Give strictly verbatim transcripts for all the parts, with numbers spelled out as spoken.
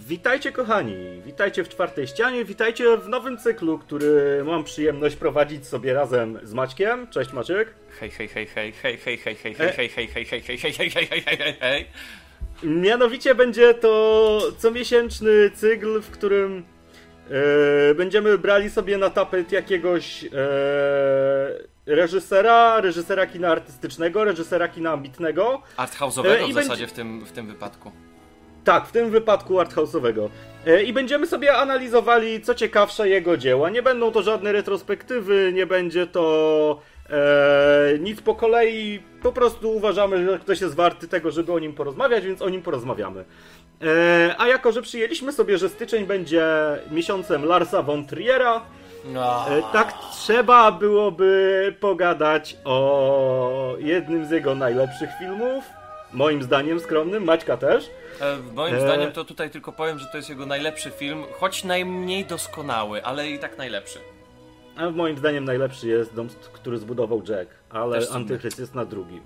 Witajcie kochani, witajcie w czwartej ścianie, witajcie w nowym cyklu, który mam przyjemność prowadzić sobie razem z Maćkiem. Cześć Maciek. Hej, hej, hej, hej, hej, hej, hej, hej, hej, hej, hej, hej, hej, hej, hej, hej, hej, hej, hej, hej. Mianowicie będzie to comiesięczny cykl, w którym e, będziemy brali sobie na tapet jakiegoś e, reżysera, reżysera kina artystycznego, reżysera kina ambitnego. Arthouse'owego e, w zasadzie będzie... w, tym, w tym wypadku. Tak, w tym wypadku arthouse'owego. E, I będziemy sobie analizowali co ciekawsze jego dzieła. Nie będą to żadne retrospektywy, nie będzie to e, nic po kolei. Po prostu uważamy, że ktoś jest warty tego, żeby o nim porozmawiać, więc o nim porozmawiamy. E, a jako, że przyjęliśmy sobie, że styczeń będzie miesiącem Larsa von Triera, no. e, tak trzeba byłoby pogadać o jednym z jego najlepszych filmów. Moim zdaniem skromnym, Maćka też. E, moim e... zdaniem to tutaj tylko powiem, że to jest jego najlepszy film, choć najmniej doskonały, ale i tak najlepszy. A moim zdaniem najlepszy jest Dom, który zbudował Jack, ale Antychryst jest na drugim.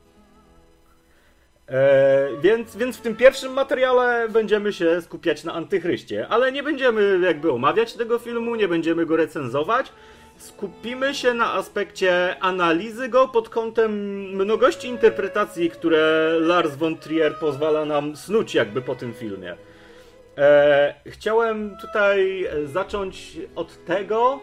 E, więc, więc w tym pierwszym materiale będziemy się skupiać na Antychryście, ale nie będziemy jakby omawiać tego filmu, nie będziemy go recenzować. Skupimy się na aspekcie analizy go pod kątem mnogości interpretacji, które Lars von Trier pozwala nam snuć jakby po tym filmie. E, chciałem tutaj zacząć od tego,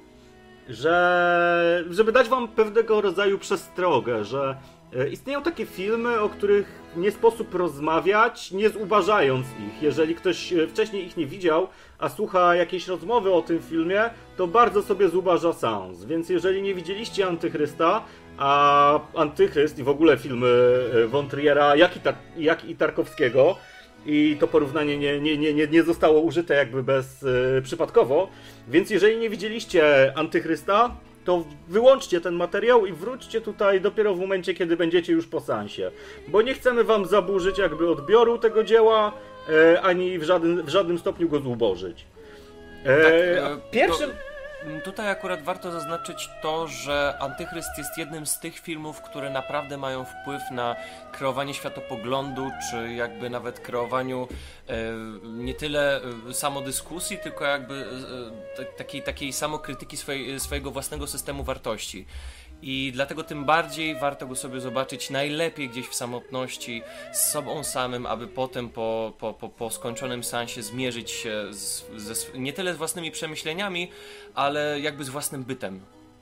że żeby dać wam pewnego rodzaju przestrogę, że istnieją takie filmy, o których nie sposób rozmawiać, nie zubażając ich. Jeżeli ktoś wcześniej ich nie widział, a słucha jakiejś rozmowy o tym filmie, to bardzo sobie zubaża seans. Więc jeżeli nie widzieliście Antychrysta, a Antychryst i w ogóle filmy von Triera, jak i, Tar- jak i Tarkowskiego, i to porównanie nie, nie, nie, nie zostało użyte jakby bez yy, przypadkowo, więc jeżeli nie widzieliście Antychrysta, to wyłączcie ten materiał i wróćcie tutaj dopiero w momencie, kiedy będziecie już po seansie. Bo nie chcemy wam zaburzyć jakby odbioru tego dzieła, e, ani w żadnym, w żadnym stopniu go zubożyć. E, tak, e, pierwszym... To, tutaj akurat warto zaznaczyć to, że Antychryst jest jednym z tych filmów, które naprawdę mają wpływ na kreowanie światopoglądu, czy jakby nawet kreowaniu e, nie tyle samodyskusji, tylko jakby e, takiej, takiej samokrytyki swojej, swojego własnego systemu wartości. I dlatego tym bardziej warto go sobie zobaczyć najlepiej gdzieś w samotności z sobą samym, aby potem po, po, po, po skończonym seansie zmierzyć się z, ze, nie tyle z własnymi przemyśleniami, ale jakby z własnym bytem.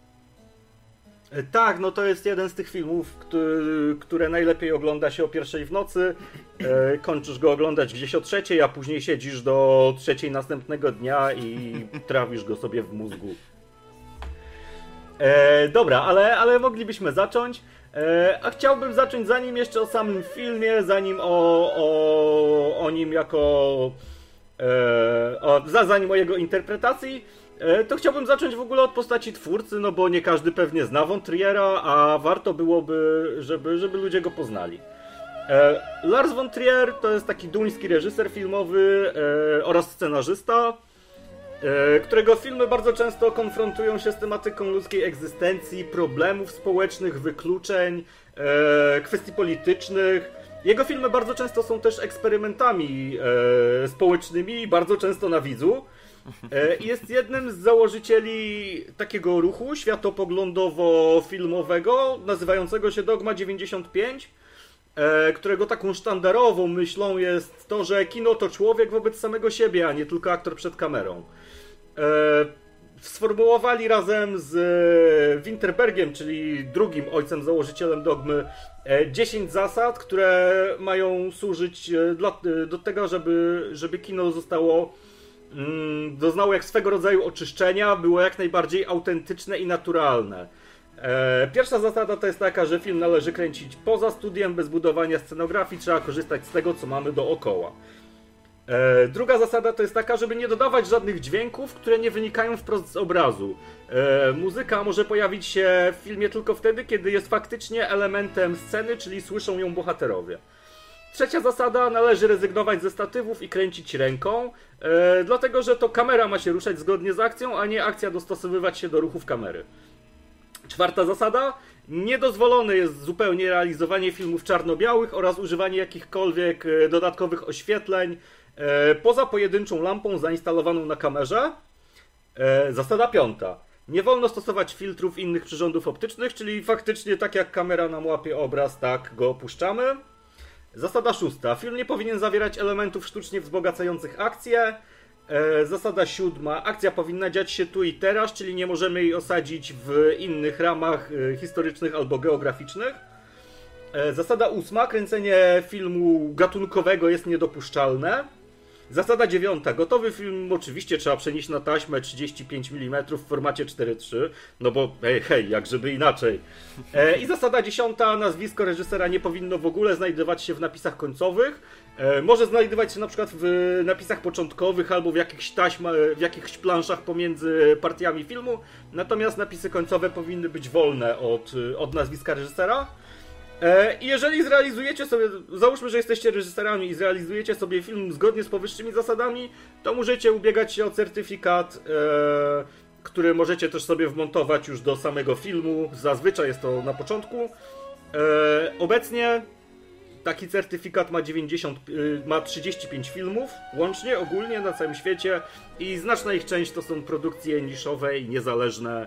Tak, no to jest jeden z tych filmów, który, które najlepiej ogląda się o pierwszej w nocy. E, kończysz go oglądać gdzieś o trzeciej, a później siedzisz do trzeciej następnego dnia i trawisz go sobie w mózgu. E, dobra, ale, ale moglibyśmy zacząć. E, a chciałbym zacząć zanim jeszcze o samym filmie, zanim o, o, o nim jako... E, o, zanim o jego interpretacji, e, to chciałbym zacząć w ogóle od postaci twórcy, no bo nie każdy pewnie zna von Triera, a warto byłoby, żeby, żeby ludzie go poznali. E, Lars von Trier to jest taki duński reżyser filmowy e, oraz scenarzysta, którego filmy bardzo często konfrontują się z tematyką ludzkiej egzystencji, problemów społecznych, wykluczeń, kwestii politycznych. Jego filmy bardzo często są też eksperymentami społecznymi, bardzo często na widzu. Jest jednym z założycieli takiego ruchu światopoglądowo-filmowego nazywającego się Dogma dziewięćdziesiąt pięć, którego taką sztandarową myślą jest to, że kino to człowiek wobec samego siebie, a nie tylko aktor przed kamerą. Sformułowali razem z Winterbergiem, czyli drugim ojcem założycielem Dogmy, dziesięć zasad, które mają służyć dla, do tego, żeby, żeby kino zostało doznało jak swego rodzaju oczyszczenia, było jak najbardziej autentyczne i naturalne. Pierwsza zasada to jest taka, że film należy kręcić poza studiem, bez budowania scenografii, trzeba korzystać z tego, co mamy dookoła. Druga zasada to jest taka, żeby nie dodawać żadnych dźwięków, które nie wynikają wprost z obrazu. Muzyka może pojawić się w filmie tylko wtedy, kiedy jest faktycznie elementem sceny, czyli słyszą ją bohaterowie. Trzecia zasada, należy rezygnować ze statywów i kręcić ręką, dlatego że to kamera ma się ruszać zgodnie z akcją, a nie akcja dostosowywać się do ruchów kamery. Czwarta zasada, Niedozwolone jest zupełnie realizowanie filmów czarno-białych oraz używanie jakichkolwiek dodatkowych oświetleń poza pojedynczą lampą zainstalowaną na kamerze. Zasada piąta. Nie wolno stosować filtrów innych przyrządów optycznych, czyli faktycznie tak jak kamera nam łapie obraz, tak go opuszczamy. Zasada szósta. Film nie powinien zawierać elementów sztucznie wzbogacających akcję. Zasada siódma. Akcja powinna dziać się tu i teraz, czyli nie możemy jej osadzić w innych ramach historycznych albo geograficznych. Zasada ósma. Kręcenie filmu gatunkowego jest niedopuszczalne. Zasada dziewiąta. Gotowy film oczywiście trzeba przenieść na taśmę trzydzieści pięć milimetrów w formacie cztery trzy, no bo hej, hej, jak żeby inaczej. E, I zasada dziesiąta. Nazwisko reżysera nie powinno w ogóle znajdować się w napisach końcowych. E, może znajdować się na przykład w napisach początkowych albo w jakichś taśmach, w jakichś planszach pomiędzy partiami filmu, natomiast napisy końcowe powinny być wolne od, od nazwiska reżysera. I jeżeli zrealizujecie sobie, załóżmy, że jesteście reżyserami i zrealizujecie sobie film zgodnie z powyższymi zasadami, to możecie ubiegać się o certyfikat, e, który możecie też sobie wmontować już do samego filmu. Zazwyczaj jest to na początku. E, obecnie taki certyfikat ma dziewięćdziesiąt, ma trzydzieści pięć filmów łącznie, ogólnie na całym świecie i znaczna ich część to są produkcje niszowe i niezależne,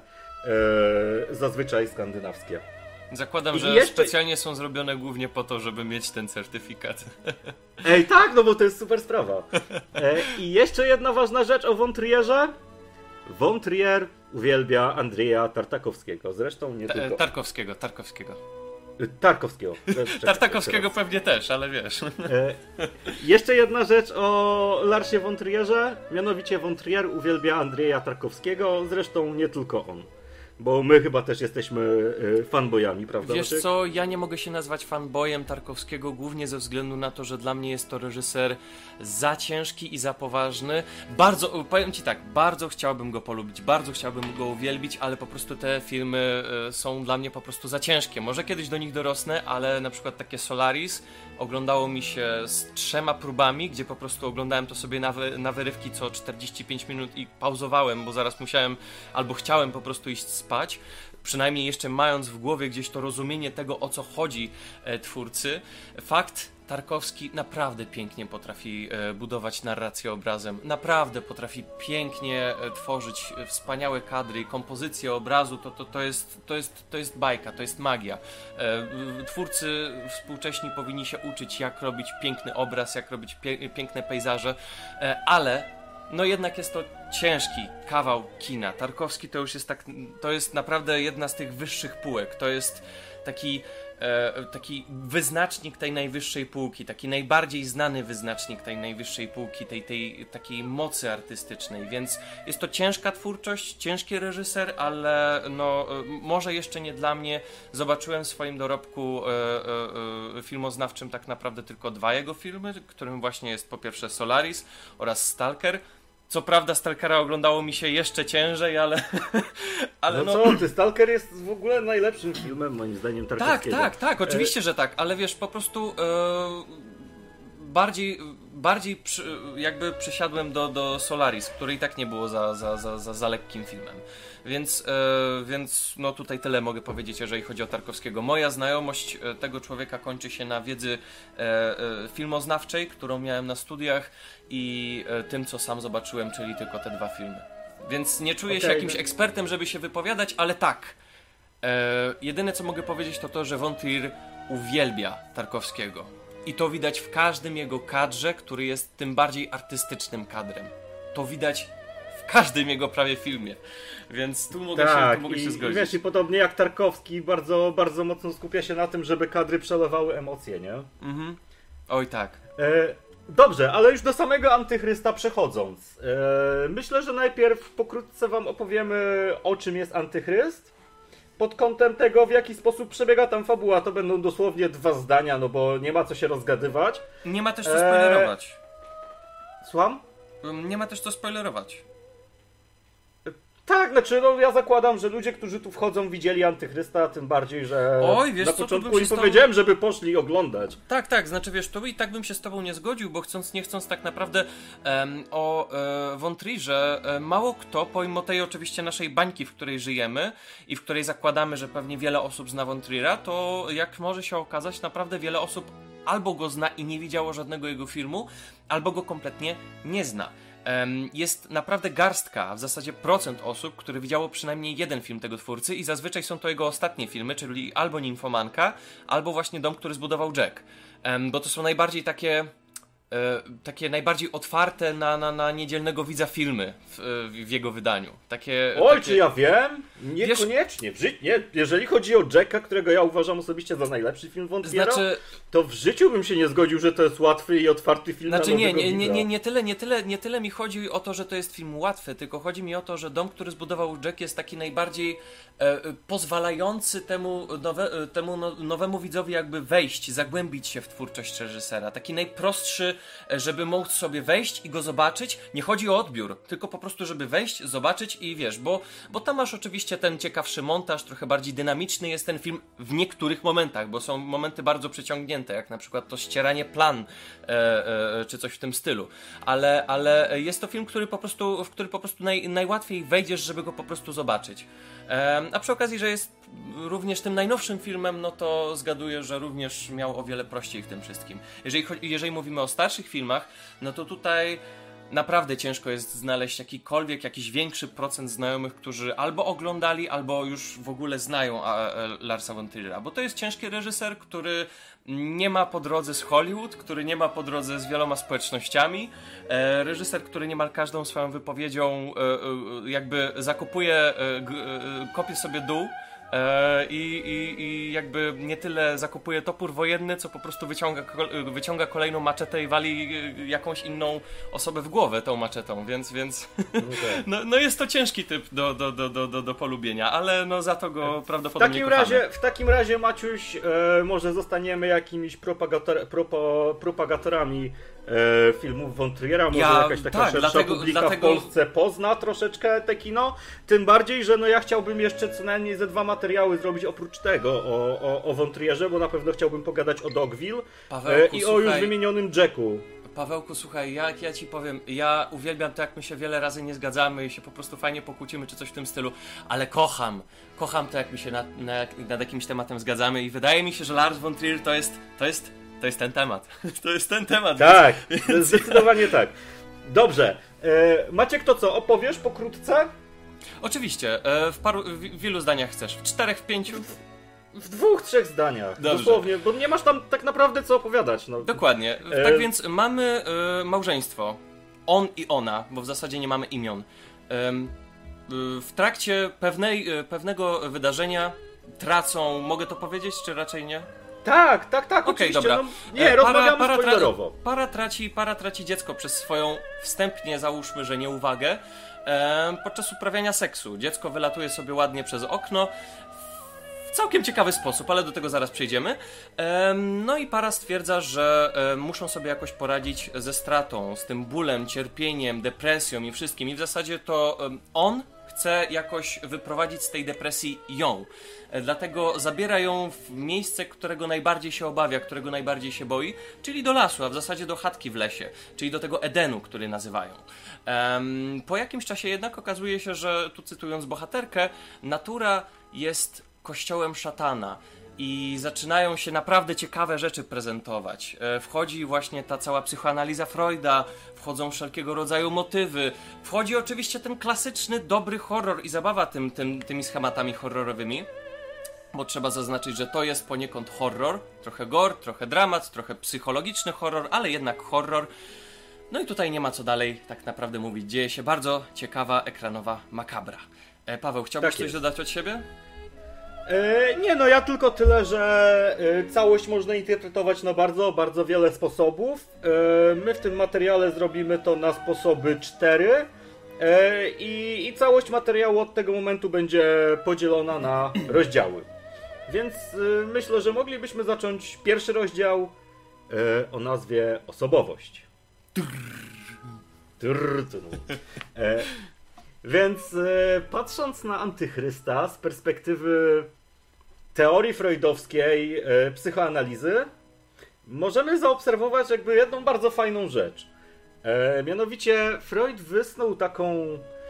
e, zazwyczaj skandynawskie. Zakładam, I że jeszcze... specjalnie są zrobione głównie po to, żeby mieć ten certyfikat. Ej, tak, no bo to jest super sprawa. E, I jeszcze jedna ważna rzecz o Von Trierze. Von Trier uwielbia Andrzeja Tartakowskiego, zresztą nie tylko... Tarkowskiego, Tarkowskiego. Tarkowskiego. Tartakowskiego pewnie też, ale wiesz. E, jeszcze jedna rzecz o Larsie Von Trierze. Mianowicie Von Trier uwielbia Andrzeja Tarkowskiego, zresztą nie tylko on. Bo my chyba też jesteśmy y, fanboyami, prawda? Wiesz co, ja nie mogę się nazwać fanboyem Tarkowskiego głównie ze względu na to, że dla mnie jest to reżyser za ciężki i za poważny. Bardzo, powiem ci tak, bardzo chciałbym go polubić, bardzo chciałbym go uwielbić, ale po prostu te filmy y, są dla mnie po prostu za ciężkie. Może kiedyś do nich dorosnę, ale na przykład takie Solaris oglądało mi się z trzema próbami, gdzie po prostu oglądałem to sobie na, wy, na wyrywki co czterdzieści pięć minut i pauzowałem, bo zaraz musiałem albo chciałem po prostu iść spać, przynajmniej jeszcze mając w głowie gdzieś to rozumienie tego, o co chodzi e, twórcy. Fakt, Tarkowski naprawdę pięknie potrafi e, budować narrację obrazem, naprawdę potrafi pięknie e, tworzyć e, wspaniałe kadry, kompozycję obrazu, to, to, to, jest, to, jest, to jest bajka, to jest magia. E, twórcy współcześni powinni się uczyć, jak robić piękny obraz, jak robić pie, piękne pejzaże, e, ale no jednak jest to ciężki kawał kina. Tarkowski to już jest tak, to jest naprawdę jedna z tych wyższych półek. To jest taki, e, taki wyznacznik tej najwyższej półki, taki najbardziej znany wyznacznik tej najwyższej półki, tej, tej takiej mocy artystycznej, więc jest to ciężka twórczość, ciężki reżyser, ale no może jeszcze nie dla mnie. Zobaczyłem w swoim dorobku e, e, e, filmoznawczym tak naprawdę tylko dwa jego filmy, którym właśnie jest po pierwsze Solaris oraz Stalker. Co prawda Stalkera oglądało mi się jeszcze ciężej, ale... ale no, no co, ty, Stalker jest w ogóle najlepszym filmem, moim zdaniem, Tarkowskiego. Tak, tak, tak, oczywiście, że tak, ale wiesz, po prostu e, bardziej, bardziej przy, jakby przysiadłem do, do Solaris, który i tak nie było za, za, za, za, za lekkim filmem. Więc, e, więc no tutaj tyle mogę powiedzieć, jeżeli chodzi o Tarkowskiego. Moja znajomość tego człowieka kończy się na wiedzy e, e, filmoznawczej, którą miałem na studiach i e, tym, co sam zobaczyłem, czyli tylko te dwa filmy. Więc nie czuję okay, się jakimś no. ekspertem, żeby się wypowiadać, ale tak. E, jedyne, co mogę powiedzieć, to to, że Von Trier uwielbia Tarkowskiego. I to widać w każdym jego kadrze, który jest tym bardziej artystycznym kadrem. To widać w każdym jego prawie filmie. Więc tu mogę, tak, się, tu mogę i, się zgodzić. I wiesz, i podobnie jak Tarkowski bardzo, bardzo mocno skupia się na tym, żeby kadry przelewały emocje, nie? Mhm. Oj tak. E, dobrze, ale już do samego Antychrysta przechodząc. E, myślę, że najpierw pokrótce wam opowiemy, o czym jest Antychryst. Pod kątem tego, w jaki sposób przebiega tam fabuła, to będą dosłownie dwa zdania, no bo nie ma co się rozgadywać. Nie ma też co spoilerować. E... Słucham? Nie ma też co spoilerować. Tak, znaczy no ja zakładam, że ludzie, którzy tu wchodzą, widzieli Antychrysta, tym bardziej, że Oj, wiesz na co, początku im tobą... powiedziałem, żeby poszli oglądać. Tak, tak, znaczy wiesz, to i tak bym się z tobą nie zgodził, bo chcąc nie chcąc tak naprawdę um, o e, Von Trierze e, mało kto, pomimo tej oczywiście naszej bańki, w której żyjemy i w której zakładamy, że pewnie wiele osób zna Von Triera, to jak może się okazać, naprawdę wiele osób albo go zna i nie widziało żadnego jego filmu, albo go kompletnie nie zna. Jest naprawdę garstka, w zasadzie procent osób, które widziało przynajmniej jeden film tego twórcy i zazwyczaj są to jego ostatnie filmy, czyli albo Nimfomanka, albo właśnie Dom, który zbudował Jack. Bo to są najbardziej takie... takie najbardziej otwarte na, na, na niedzielnego widza filmy w, w jego wydaniu. Takie, Oj, takie... czy ja wiem? Niekoniecznie. W ży... nie, jeżeli chodzi o Jacka, którego ja uważam osobiście za najlepszy film Von Triera, znaczy... to w życiu bym się nie zgodził, że to jest łatwy i otwarty film znaczy, na nie, nowego nie, nie, widza. nie, nie, tyle, nie, tyle, nie tyle mi chodzi o to, że to jest film łatwy, tylko chodzi mi o to, że Dom, który zbudował Jack, jest taki najbardziej e, pozwalający temu, nowe, temu no, nowemu widzowi jakby wejść, zagłębić się w twórczość reżysera. Taki najprostszy, żeby móc sobie wejść i go zobaczyć. Nie chodzi o odbiór, tylko po prostu, żeby wejść, zobaczyć i wiesz, bo, bo tam masz oczywiście ten ciekawszy montaż, trochę bardziej dynamiczny jest ten film w niektórych momentach, bo są momenty bardzo przeciągnięte, jak na przykład to ścieranie plan, e, e, czy coś w tym stylu. Ale, ale jest to film, który po prostu, w który po prostu naj, najłatwiej wejdziesz, żeby go po prostu zobaczyć. E, a przy okazji, że jest również tym najnowszym filmem, no to zgaduję, że również miał o wiele prościej w tym wszystkim. Jeżeli, jeżeli mówimy o starszych filmach, no to tutaj naprawdę ciężko jest znaleźć jakikolwiek, jakiś większy procent znajomych, którzy albo oglądali, albo już w ogóle znają a, a, Larsa von Triera, bo to jest ciężki reżyser, który nie ma po drodze z Hollywood, który nie ma po drodze z wieloma społecznościami, e, reżyser, który niemal każdą swoją wypowiedzią e, e, jakby zakupuje, e, g, e, kopie sobie dół, I, i, i jakby nie tyle zakupuje topór wojenny, co po prostu wyciąga, wyciąga kolejną maczetę i wali jakąś inną osobę w głowę tą maczetą, więc, więc okay. no, no jest to ciężki typ do, do, do, do, do polubienia, ale no za to go prawdopodobnie w takim kochamy. razie, w takim razie, Maciuś, e, może zostaniemy jakimiś propagator, propo, propagatorami e, filmów Von Triera, może ja, jakaś taka tak, szersza dlatego, publika dlatego... w Polsce pozna troszeczkę te kino, tym bardziej, że no ja chciałbym jeszcze co najmniej ze dwa materiały zrobić oprócz tego o, o, o Von Trierze, bo na pewno chciałbym pogadać o Dogville Pawełku, e, i słuchaj, o już wymienionym Jacku. Pawełku, słuchaj, jak ja ci powiem, ja uwielbiam to, jak my się wiele razy nie zgadzamy i się po prostu fajnie pokłócimy, czy coś w tym stylu, ale kocham, kocham to, jak my się nad, nad, nad jakimś tematem zgadzamy i wydaje mi się, że Lars von Trier to jest, to jest, to jest ten temat. To jest ten temat. Tak, więc... zdecydowanie tak. Dobrze, e, Maciek, to co, opowiesz pokrótce? Oczywiście, w paru, w wielu zdaniach chcesz, w czterech, w pięciu? W dwóch, trzech zdaniach, Dobrze. Dosłownie, bo nie masz tam tak naprawdę co opowiadać. No. Dokładnie, e... tak więc mamy e, małżeństwo, on i ona, bo w zasadzie nie mamy imion. E, w trakcie pewnej, pewnego wydarzenia tracą, mogę to powiedzieć, czy raczej nie? Tak, tak, tak, okay, oczywiście. Dobra. No, nie, para, rozmawiamy para, spoilerowo. Tra para, traci, para traci dziecko przez swoją, wstępnie załóżmy, że nieuwagę, e, podczas uprawiania seksu. Dziecko wylatuje sobie ładnie przez okno, w całkiem ciekawy sposób, ale do tego zaraz przejdziemy. E, no i para stwierdza, że e, muszą sobie jakoś poradzić ze stratą, z tym bólem, cierpieniem, depresją i wszystkim. I w zasadzie to e, on chce jakoś wyprowadzić z tej depresji ją. Dlatego zabiera ją w miejsce, którego najbardziej się obawia, którego najbardziej się boi, czyli do lasu, a w zasadzie do chatki w lesie, czyli do tego Edenu, który nazywają. Um, po jakimś czasie jednak okazuje się, że, tu cytując bohaterkę, natura jest kościołem szatana. I zaczynają się naprawdę ciekawe rzeczy prezentować. E, wchodzi właśnie ta cała psychoanaliza Freuda, wchodzą wszelkiego rodzaju motywy, wchodzi oczywiście ten klasyczny, dobry horror i zabawa tym, tym, tymi schematami horrorowymi, bo trzeba zaznaczyć, że to jest poniekąd horror, trochę gore, trochę dramat, trochę psychologiczny horror, ale jednak horror. No i tutaj nie ma co dalej tak naprawdę mówić. Dzieje się bardzo ciekawa, ekranowa makabra. E, Paweł, chciałbyś tak coś dodać od siebie? E, nie, no ja tylko tyle, że e, całość można interpretować na bardzo, bardzo wiele sposobów. E, my w tym materiale zrobimy to na sposoby cztery e, i, i całość materiału od tego momentu będzie podzielona na rozdziały. Więc e, myślę, że moglibyśmy zacząć pierwszy rozdział e, o nazwie Osobowość. Trrr, trrr, trrr. E, Więc e, patrząc na Antychrysta z perspektywy teorii freudowskiej, e, psychoanalizy, możemy zaobserwować jakby jedną bardzo fajną rzecz. E, mianowicie Freud wysnuł taką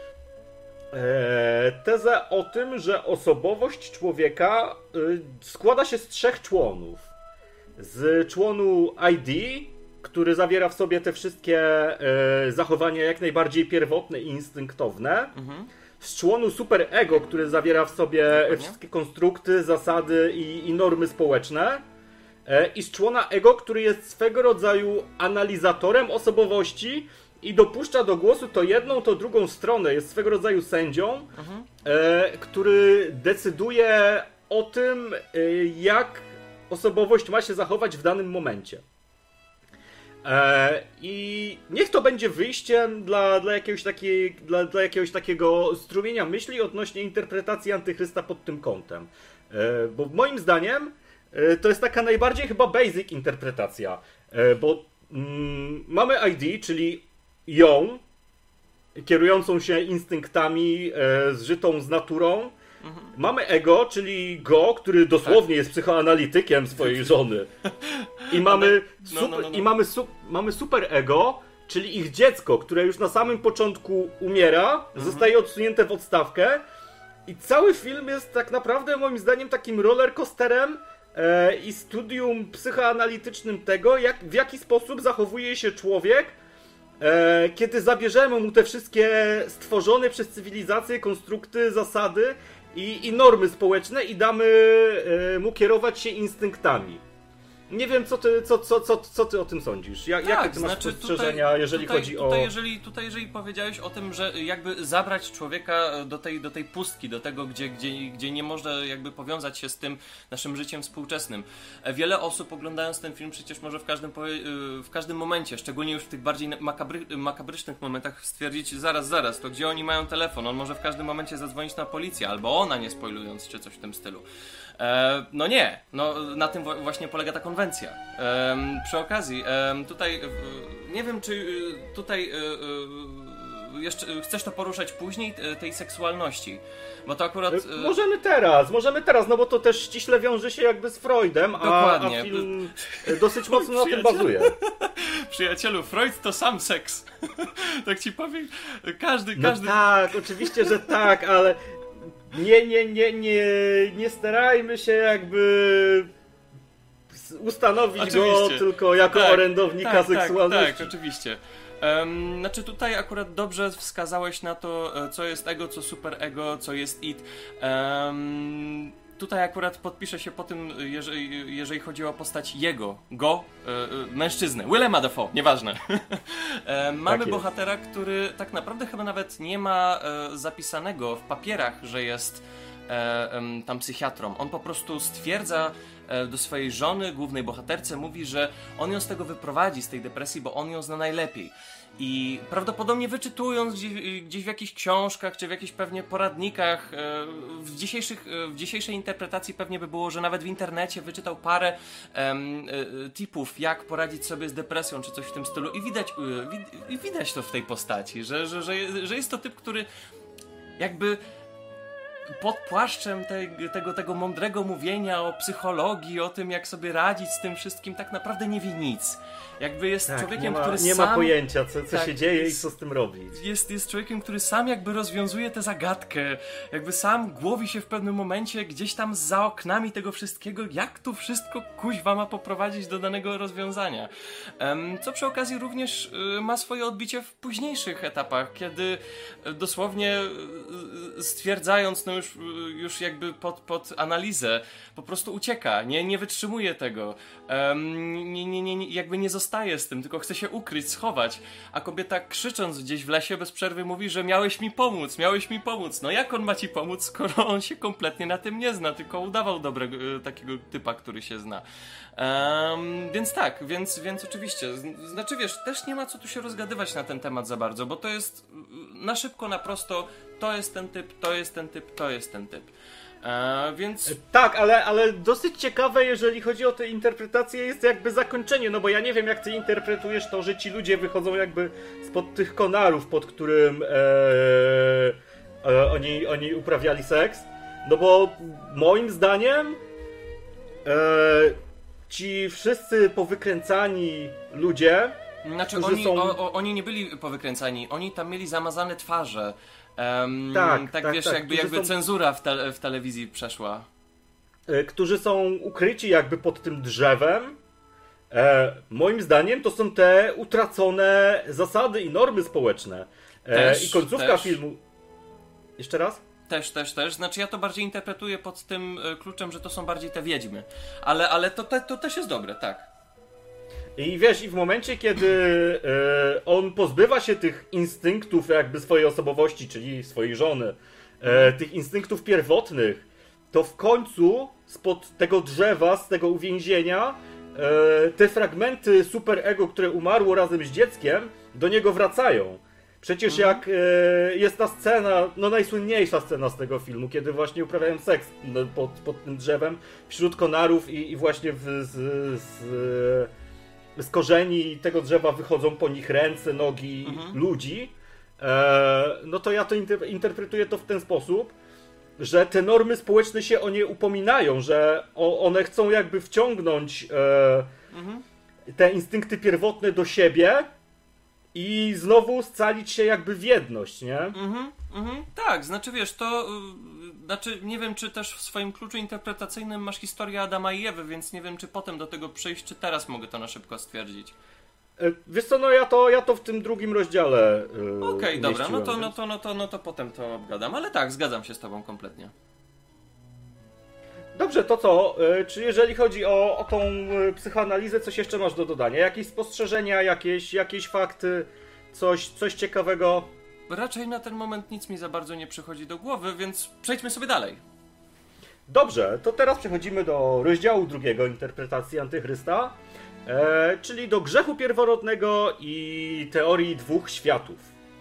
e, tezę o tym, że osobowość człowieka e, składa się z trzech członów. Z członu I D, który zawiera w sobie te wszystkie e, zachowania jak najbardziej pierwotne i instynktowne. Mhm. Z członu superego, który zawiera w sobie Dokładnie. wszystkie konstrukty, zasady i, i normy społeczne. E, I z człona ego, który jest swego rodzaju analizatorem osobowości i dopuszcza do głosu to jedną, to drugą stronę. Jest swego rodzaju sędzią, mhm. e, który decyduje o tym, e, jak osobowość ma się zachować w danym momencie. E, I niech to będzie wyjściem dla, dla, jakiegoś takiej, dla, dla jakiegoś takiego strumienia myśli odnośnie interpretacji Antychrysta pod tym kątem. E, bo moim zdaniem e, to jest taka najbardziej chyba basic interpretacja. E, bo mm, mamy I D, czyli ją, kierującą się instynktami, e, zżytą z naturą. Mhm. Mamy ego, czyli go, który dosłownie tak. jest psychoanalitykiem swojej żony. I mamy, no, super, no, no, no. I mamy, su, mamy super ego, czyli ich dziecko, które już na samym początku umiera, mhm. zostaje odsunięte w odstawkę. I cały film jest tak naprawdę moim zdaniem takim rollercoasterem e, i studium psychoanalitycznym tego, jak, w jaki sposób zachowuje się człowiek, e, kiedy zabierzemy mu te wszystkie stworzone przez cywilizację konstrukty, zasady i, i normy społeczne i damy e, mu kierować się instynktami. Nie wiem, co ty, co, co, co, co ty o tym sądzisz? Jak, tak, jakie ty masz znaczy spostrzeżenia, tutaj, jeżeli tutaj, chodzi tutaj, o... Jeżeli, tutaj jeżeli powiedziałeś o tym, że jakby zabrać człowieka do tej, do tej pustki, do tego, gdzie, gdzie, gdzie nie można jakby powiązać się z tym naszym życiem współczesnym. Wiele osób oglądając ten film przecież może w każdym, w każdym momencie, szczególnie już w tych bardziej makabry, makabrycznych momentach stwierdzić, zaraz, zaraz, to gdzie oni mają telefon? On może w każdym momencie zadzwonić na policję, albo ona, nie spoilując, czy coś w tym stylu. E, no nie, no na tym właśnie polega ta konwencja. E, przy okazji, e, tutaj e, nie wiem, czy tutaj e, e, jeszcze chcesz to poruszać później, e, tej seksualności, bo to akurat... E, możemy teraz, możemy teraz, no bo to też ściśle wiąże się jakby z Freudem, a, Dokładnie. a film dosyć mocno na tym bazuje. Przyjacielu, Freud to sam seks. Tak ci powiem, każdy, no każdy... tak, oczywiście, że tak, ale... Nie, nie, nie, nie, nie starajmy się jakby ustanowić oczywiście. go tylko jako tak, orędownika tak, seksualności. Tak, tak, oczywiście. Um, znaczy tutaj akurat dobrze wskazałeś na to, co jest ego, co superego, co jest it. Um, Tutaj akurat podpiszę się po tym, jeżeli, jeżeli chodzi o postać jego, go, e, e, mężczyznę, Willema Dafoe, nieważne. e, mamy tak bohatera, który tak naprawdę chyba nawet nie ma e, zapisanego w papierach, że jest e, e, tam psychiatrą. On po prostu stwierdza e, do swojej żony, głównej bohaterce, mówi, że on ją z tego wyprowadzi, z tej depresji, bo on ją zna najlepiej. I prawdopodobnie wyczytując gdzieś, gdzieś w jakichś książkach, czy w jakichś pewnie poradnikach, w, dzisiejszych, w dzisiejszej interpretacji pewnie by było, że nawet w internecie wyczytał parę um, tipów, jak poradzić sobie z depresją, czy coś w tym stylu i widać, i widać to w tej postaci, że, że, że, że jest to typ, który jakby pod płaszczem te, tego, tego mądrego mówienia o psychologii, o tym, jak sobie radzić z tym wszystkim, tak naprawdę nie wie nic. Jakby jest tak, człowiekiem, nie ma, który nie sam... Nie ma pojęcia, co, co tak, się dzieje jest, i co z tym robić. Jest, jest człowiekiem, który sam jakby rozwiązuje tę zagadkę. Jakby sam głowi się w pewnym momencie gdzieś tam za oknami tego wszystkiego, jak to wszystko kuźwa ma poprowadzić do danego rozwiązania. Um, co przy okazji również y, ma swoje odbicie w późniejszych etapach, kiedy y, dosłownie y, stwierdzając, no już, y, już jakby pod, pod analizę, po prostu ucieka, nie, nie wytrzymuje tego. Um, nie, nie, nie, jakby nie zostaje z tym, tylko chce się ukryć, schować, a kobieta krzycząc gdzieś w lesie bez przerwy mówi, że miałeś mi pomóc, miałeś mi pomóc. No jak on ma ci pomóc, skoro on się kompletnie na tym nie zna, tylko udawał dobrego takiego typa, który się zna. Um, więc tak, więc, więc oczywiście, znaczy wiesz, też nie ma co tu się rozgadywać na ten temat za bardzo, bo to jest na szybko, na prosto, to jest ten typ, to jest ten typ, to jest ten typ. E, więc... Tak, ale, ale dosyć ciekawe, jeżeli chodzi o tę interpretację, jest jakby zakończenie, no bo ja nie wiem, jak ty interpretujesz to, że ci ludzie wychodzą jakby spod tych konarów, pod którym e, e, oni, oni uprawiali seks. No bo moim zdaniem e, ci wszyscy powykręcani ludzie, Znaczy którzy oni, są... o, o, oni nie byli powykręcani, oni tam mieli zamazane twarze. Um, tak, tak, tak, wiesz, tak, jakby, jakby są... cenzura w, te, w telewizji przeszła. E, którzy są ukryci jakby pod tym drzewem. E, moim zdaniem to są te utracone zasady i normy społeczne. E, Też, I końcówka też. filmu... Jeszcze raz? Też, też, też. Znaczy ja to bardziej interpretuję pod tym y, kluczem, że to są bardziej te wiedźmy. Ale, ale to, te, to też jest dobre, tak. I wiesz, i w momencie, kiedy e, on pozbywa się tych instynktów jakby swojej osobowości, czyli swojej żony, e, tych instynktów pierwotnych, to w końcu spod tego drzewa, z tego uwięzienia, e, te fragmenty superego, które umarło razem z dzieckiem, do niego wracają. Przecież Mhm. jak e, jest ta scena, no najsłynniejsza scena z tego filmu, kiedy właśnie uprawiają seks no, pod, pod tym drzewem, wśród konarów i, i właśnie w, z, z, z korzeni tego drzewa wychodzą po nich ręce, nogi Mhm. ludzi, e, no to ja to inter, interpretuję to w ten sposób, że te normy społeczne się o nie upominają, że o, one chcą jakby wciągnąć e, Mhm. te instynkty pierwotne do siebie i znowu scalić się jakby w jedność, nie? Mhm, mhm. Tak, znaczy wiesz, to... y, znaczy nie wiem, czy też w swoim kluczu interpretacyjnym masz historię Adama i Ewy, więc nie wiem, czy potem do tego przyjść, czy teraz mogę to na szybko stwierdzić. E, Wiesz co, no ja to, ja to w tym drugim rozdziale e, Okej, dobra, no umieściłem, to, no, więc- to, no, to, no to potem to obgadam, ale tak, zgadzam się z tobą kompletnie. Dobrze, to co? E, Czy jeżeli chodzi o, o tą e, psychoanalizę, coś jeszcze masz do dodania? Jakieś spostrzeżenia, jakieś, jakieś fakty, coś, coś ciekawego? Raczej na ten moment nic mi za bardzo nie przychodzi do głowy, więc przejdźmy sobie dalej. Dobrze, to teraz przechodzimy do rozdziału drugiego interpretacji Antychrysta, e, czyli do grzechu pierworodnego i teorii dwóch światów.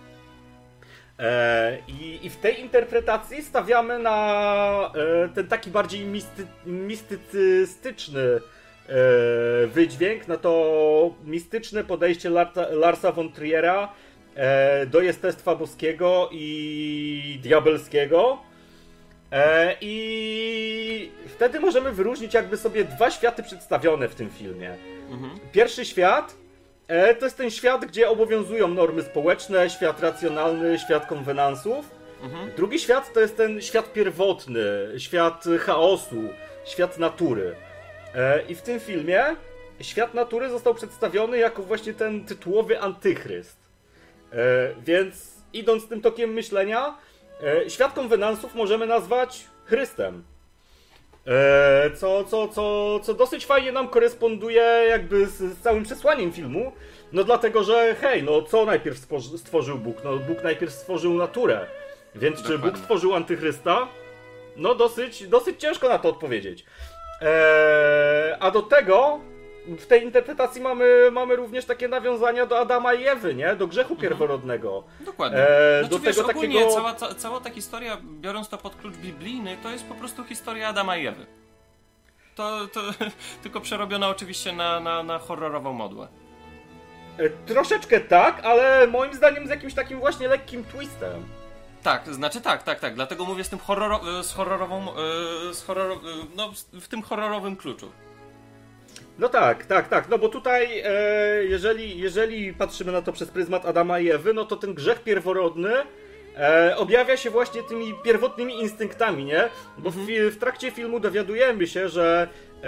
E, i, I w tej interpretacji stawiamy na e, ten taki bardziej misty, mistycystyczny e, wydźwięk, na to mistyczne podejście Larsa, Larsa von Triera e, do jestestwa boskiego i diabelskiego. E, I wtedy możemy wyróżnić jakby sobie dwa światy przedstawione w tym filmie. Mhm. Pierwszy świat e, to jest ten świat, gdzie obowiązują normy społeczne, świat racjonalny, świat konwenansów. Mhm. Drugi świat to jest ten świat pierwotny, świat chaosu, świat natury. E, I w tym filmie świat natury został przedstawiony jako właśnie ten tytułowy antychryst. E, Więc idąc tym tokiem myślenia, e, świat konwenansów możemy nazwać Chrystem. E, Co, co, co, co dosyć fajnie nam koresponduje jakby z, z całym przesłaniem filmu. No dlatego, że hej, no co najpierw stworzy- stworzył Bóg? No Bóg najpierw stworzył naturę. Więc czy Dokładnie. Bóg stworzył antychrysta? No dosyć, dosyć ciężko na to odpowiedzieć. E, A do tego w tej interpretacji mamy, mamy również takie nawiązania do Adama i Ewy, nie? Do grzechu pierworodnego. Dokładnie. E, Znaczy, do wiesz, tego ogólnie takiego... cała, ca, cała ta historia, biorąc to pod klucz biblijny, to jest po prostu historia Adama i Ewy. To, to tylko przerobiona oczywiście na, na, na horrorową modłę. E, Troszeczkę tak, ale moim zdaniem z jakimś takim właśnie lekkim twistem. Tak, znaczy tak, tak, tak. Dlatego mówię z tym horroro, z horrorową, e, z horror, no, w tym horrorowym kluczu. No tak, tak, tak, no bo tutaj e, jeżeli, jeżeli patrzymy na to przez pryzmat Adama i Ewy, no to ten grzech pierworodny e, objawia się właśnie tymi pierwotnymi instynktami, nie? Bo w, w trakcie filmu dowiadujemy się, że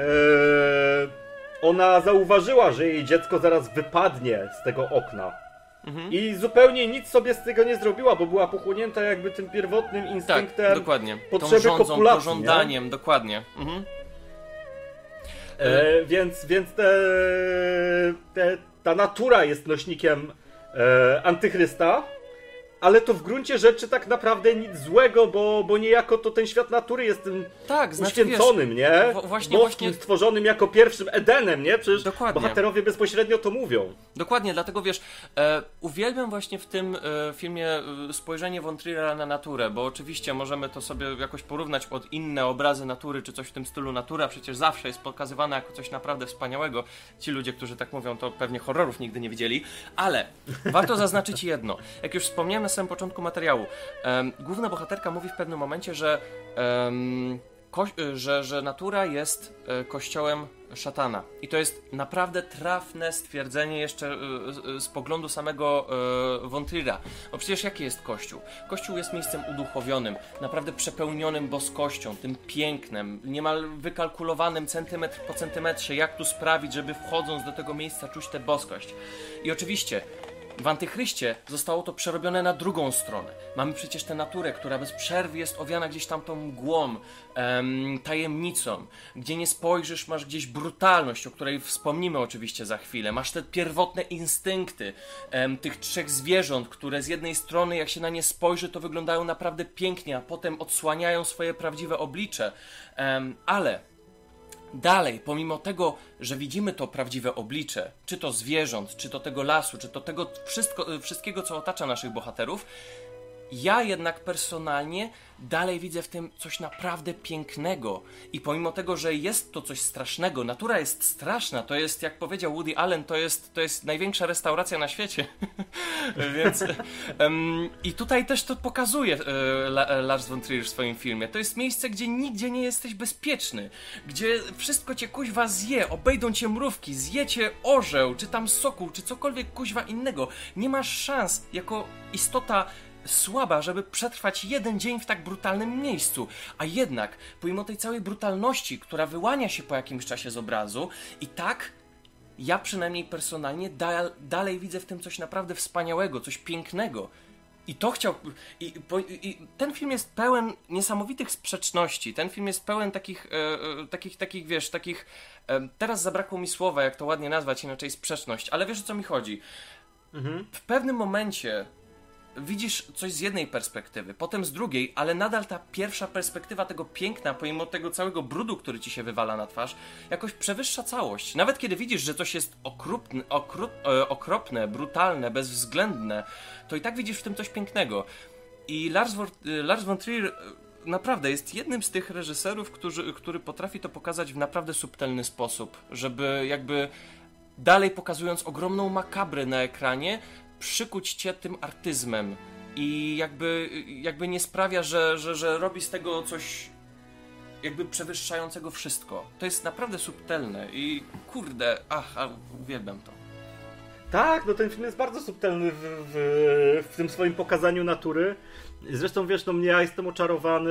e, ona zauważyła, że jej dziecko zaraz wypadnie z tego okna. Mhm. I zupełnie nic sobie z tego nie zrobiła, bo była pochłonięta jakby tym pierwotnym Tak, instynktem dokładnie. potrzeby Tą żądzą, kopulacji, pożądaniem, dokładnie. Mhm. E, więc więc te, te, ta natura jest nośnikiem e, antychrysta, ale to w gruncie rzeczy tak naprawdę nic złego, bo, bo niejako to ten świat natury jest tym Tak, znaczy, uświęconym, wiesz, nie? w- właśnie- Boskim, właśnie- stworzonym jako pierwszym Edenem, nie? Przecież Dokładnie. bohaterowie bezpośrednio to mówią. Dokładnie, dlatego wiesz, e, uwielbiam właśnie w tym e, filmie e, spojrzenie von Triera na naturę, bo oczywiście możemy to sobie jakoś porównać pod inne obrazy natury, czy coś w tym stylu. Natura przecież zawsze jest pokazywana jako coś naprawdę wspaniałego. Ci ludzie, którzy tak mówią, to pewnie horrorów nigdy nie widzieli, ale warto zaznaczyć jedno. Jak już wspomniałem na samym początku materiału. Um, główna bohaterka mówi w pewnym momencie, że, um, ko- że, że natura jest e, kościołem szatana. I to jest naprawdę trafne stwierdzenie jeszcze e, z poglądu samego e, von Trier'a. Bo przecież jaki jest Kościół? Kościół jest miejscem uduchowionym, naprawdę przepełnionym boskością, tym pięknem, niemal wykalkulowanym centymetr po centymetrze, jak tu sprawić, żeby wchodząc do tego miejsca czuć tę boskość. I oczywiście w Antychryście zostało to przerobione na drugą stronę. Mamy przecież tę naturę, która bez przerwy jest owiana gdzieś tam tą mgłą, em, tajemnicą. Gdzie nie spojrzysz, masz gdzieś brutalność, o której wspomnimy oczywiście za chwilę. Masz te pierwotne instynkty em, tych trzech zwierząt, które z jednej strony, jak się na nie spojrzy, to wyglądają naprawdę pięknie, a potem odsłaniają swoje prawdziwe oblicze. Em, ale... Dalej, pomimo tego, że widzimy to prawdziwe oblicze, czy to zwierząt, czy to tego lasu, czy to tego wszystko, wszystkiego, co otacza naszych bohaterów, ja jednak personalnie dalej widzę w tym coś naprawdę pięknego. I pomimo tego, że jest to coś strasznego, natura jest straszna, to jest, jak powiedział Woody Allen, to jest, to jest największa restauracja na świecie. Więc um, i tutaj też to pokazuje uh, Lars von Trier w swoim filmie. To jest miejsce, gdzie nigdzie nie jesteś bezpieczny, gdzie wszystko cię kuźwa zje, obejdą cię mrówki, zje cię orzeł, czy tam sokół, czy cokolwiek kuźwa innego. Nie masz szans jako istota słaba, żeby przetrwać jeden dzień w tak brutalnym miejscu. A jednak, pomimo tej całej brutalności, która wyłania się po jakimś czasie z obrazu, i tak ja przynajmniej personalnie da- dalej widzę w tym coś naprawdę wspaniałego, coś pięknego. I to chciał... I, i, i ten film jest pełen niesamowitych sprzeczności. Ten film jest pełen takich, e, takich, takich wiesz, takich... E, teraz zabrakło mi słowa, jak to ładnie nazwać, inaczej sprzeczność. Ale wiesz, o co mi chodzi? Mhm. W pewnym momencie widzisz coś z jednej perspektywy, potem z drugiej, ale nadal ta pierwsza perspektywa tego piękna, pomimo tego całego brudu, który ci się wywala na twarz, jakoś przewyższa całość. Nawet kiedy widzisz, że coś jest okrutne, okru, e, okropne, brutalne, bezwzględne, to i tak widzisz w tym coś pięknego. I Lars, Lars von Trier naprawdę jest jednym z tych reżyserów, którzy, który potrafi to pokazać w naprawdę subtelny sposób, żeby jakby dalej pokazując ogromną makabrę na ekranie, przykuć cię tym artyzmem i jakby, jakby nie sprawia, że, że, że robi z tego coś jakby przewyższającego wszystko. To jest naprawdę subtelne i kurde, ach, uwielbiam to. Tak, no ten film jest bardzo subtelny w, w, w tym swoim pokazaniu natury. Zresztą wiesz, no mnie ja jestem oczarowany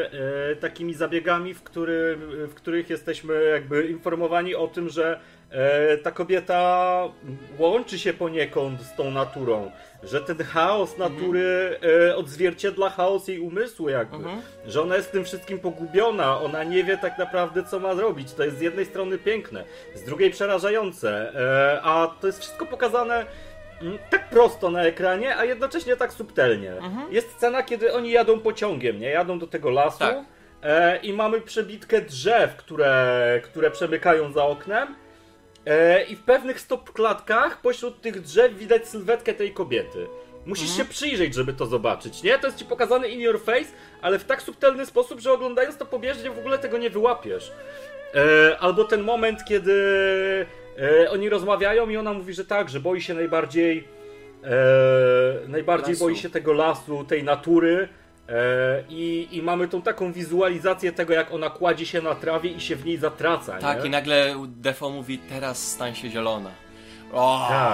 e, takimi zabiegami, w, który, w których jesteśmy jakby informowani o tym, że e, ta kobieta łączy się poniekąd z tą naturą, że ten chaos natury e, odzwierciedla chaos jej umysłu jakby, mhm. że ona jest w tym wszystkim pogubiona, ona nie wie tak naprawdę co ma zrobić. To jest z jednej strony piękne, z drugiej przerażające, e, a to jest wszystko pokazane tak prosto na ekranie, a jednocześnie tak subtelnie. Mhm. Jest scena, kiedy oni jadą pociągiem, nie? Jadą do tego lasu tak. e, i mamy przebitkę drzew, które, które przemykają za oknem e, i w pewnych stopklatkach pośród tych drzew widać sylwetkę tej kobiety. Musisz mhm. się przyjrzeć, żeby to zobaczyć, nie? To jest ci pokazane in your face, ale w tak subtelny sposób, że oglądając to pobieżnie w ogóle tego nie wyłapiesz. E, albo ten moment, kiedy E, oni rozmawiają i ona mówi, że tak, że boi się najbardziej e, najbardziej lasu. boi się tego lasu, tej natury e, i, i mamy tą taką wizualizację tego, jak ona kładzie się na trawie i się w niej zatraca. Tak, nie? I nagle Defoe mówi, teraz stań się zielona. O, tak.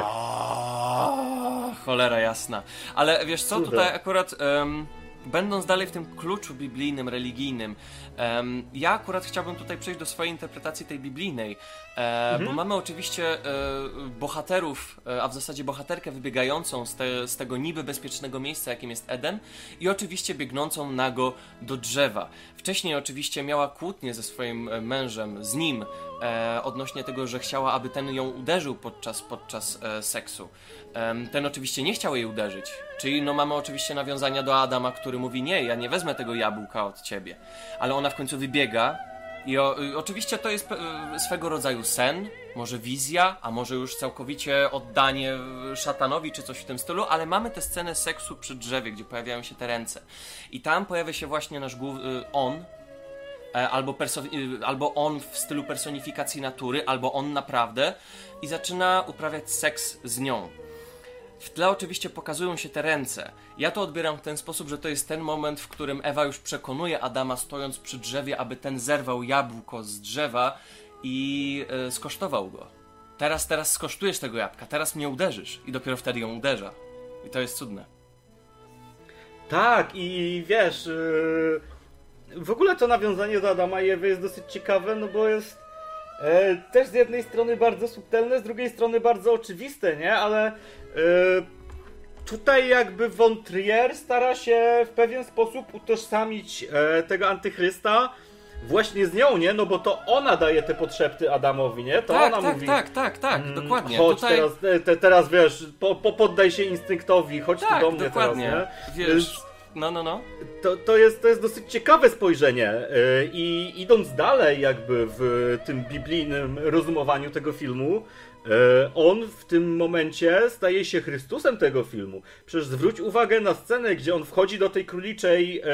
Cholera jasna. Ale wiesz co, tutaj akurat um, będąc dalej w tym kluczu biblijnym, religijnym, um, ja akurat chciałbym tutaj przejść do swojej interpretacji tej biblijnej, e, mhm. bo mamy oczywiście e, bohaterów, e, a w zasadzie bohaterkę wybiegającą z, te, z tego niby bezpiecznego miejsca, jakim jest Eden, i oczywiście biegnącą nago do drzewa. Wcześniej oczywiście miała kłótnię ze swoim mężem, z nim, e, odnośnie tego, że chciała, aby ten ją uderzył podczas, podczas e, seksu. E, ten oczywiście nie chciał jej uderzyć, czyli no mamy oczywiście nawiązania do Adama, który mówi, nie, ja nie wezmę tego jabłka od ciebie. Ale ona w końcu wybiega i, o, i oczywiście to jest e, swego rodzaju sen, może wizja, a może już całkowicie oddanie szatanowi czy coś w tym stylu, ale mamy tę scenę seksu przy drzewie, gdzie pojawiają się te ręce. I tam pojawia się właśnie nasz głów, on, e, albo, perso- albo on w stylu personifikacji natury, albo on naprawdę i zaczyna uprawiać seks z nią. w tle oczywiście pokazują się te ręce. Ja to odbieram w ten sposób, że to jest ten moment, w którym Ewa już przekonuje Adama, stojąc przy drzewie, aby ten zerwał jabłko z drzewa i yy, skosztował go. Teraz, teraz skosztujesz tego jabłka, teraz mnie uderzysz. I dopiero wtedy ją uderza. I to jest cudne. Tak, i wiesz, yy, w ogóle to nawiązanie do Adama i Ewy jest dosyć ciekawe, no bo jest e, też z jednej strony bardzo subtelne, z drugiej strony bardzo oczywiste, nie? Ale yy, tutaj jakby Von Trier stara się w pewien sposób utożsamić e, tego antychrysta właśnie z nią, nie? No bo to ona daje te podszepty Adamowi, nie? To tak, ona tak, mówi... tak, tak, tak, mm, dokładnie. Chodź Tutaj... teraz, te, teraz wiesz, po, po, poddaj się instynktowi, chodź tak, tu do mnie dokładnie. teraz, nie? Wiesz, no, no, no. To, to, jest, to jest dosyć ciekawe spojrzenie yy, i idąc dalej jakby w tym biblijnym rozumowaniu tego filmu, yy, on w tym momencie staje się Chrystusem tego filmu. Przecież zwróć uwagę na scenę, gdzie on wchodzi do tej króliczej yy,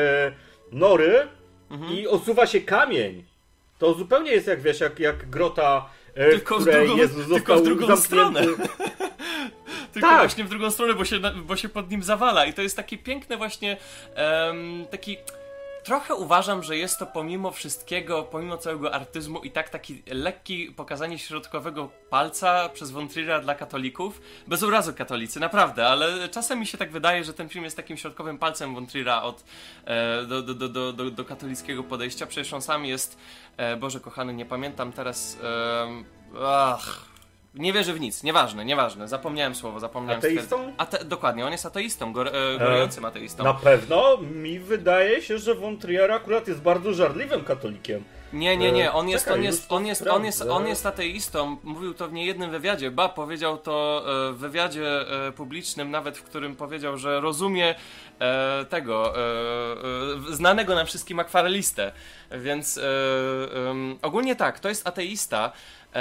nory, mhm. i osuwa się kamień. To zupełnie jest jak, wiesz, jak, jak grota, e, tylko w której drugą, Jezus został tylko w drugą zamknięty. Stronę. Tylko tak. właśnie w drugą stronę, bo się, bo się pod nim zawala. I to jest taki piękny właśnie, um, taki... Trochę uważam, że jest to pomimo wszystkiego, pomimo całego artyzmu i tak taki lekki pokazanie środkowego palca przez Von Triera dla katolików. Bez urazu katolicy, naprawdę, ale czasem mi się tak wydaje, że ten film jest takim środkowym palcem Von Triera od, e, do, do, do, do, do katolickiego podejścia. Przecież on sam jest, e, Boże kochany, nie pamiętam teraz... E, ach... Nie wierzy w nic, nieważne, nieważne, zapomniałem słowo, zapomniałem... Ateistą? Ate- dokładnie, on jest ateistą, gor- e, gorejącym ateistą. Na pewno, mi wydaje się, że Von Trier akurat jest bardzo żarliwym katolikiem. Nie, nie, nie, on jest, Czekaj, on jest, on jest, on jest, on jest ateistą, mówił to w niejednym wywiadzie, ba, powiedział to w wywiadzie publicznym, nawet w którym powiedział, że rozumie tego, znanego nam wszystkim akwarelistę, więc ogólnie tak, to jest ateista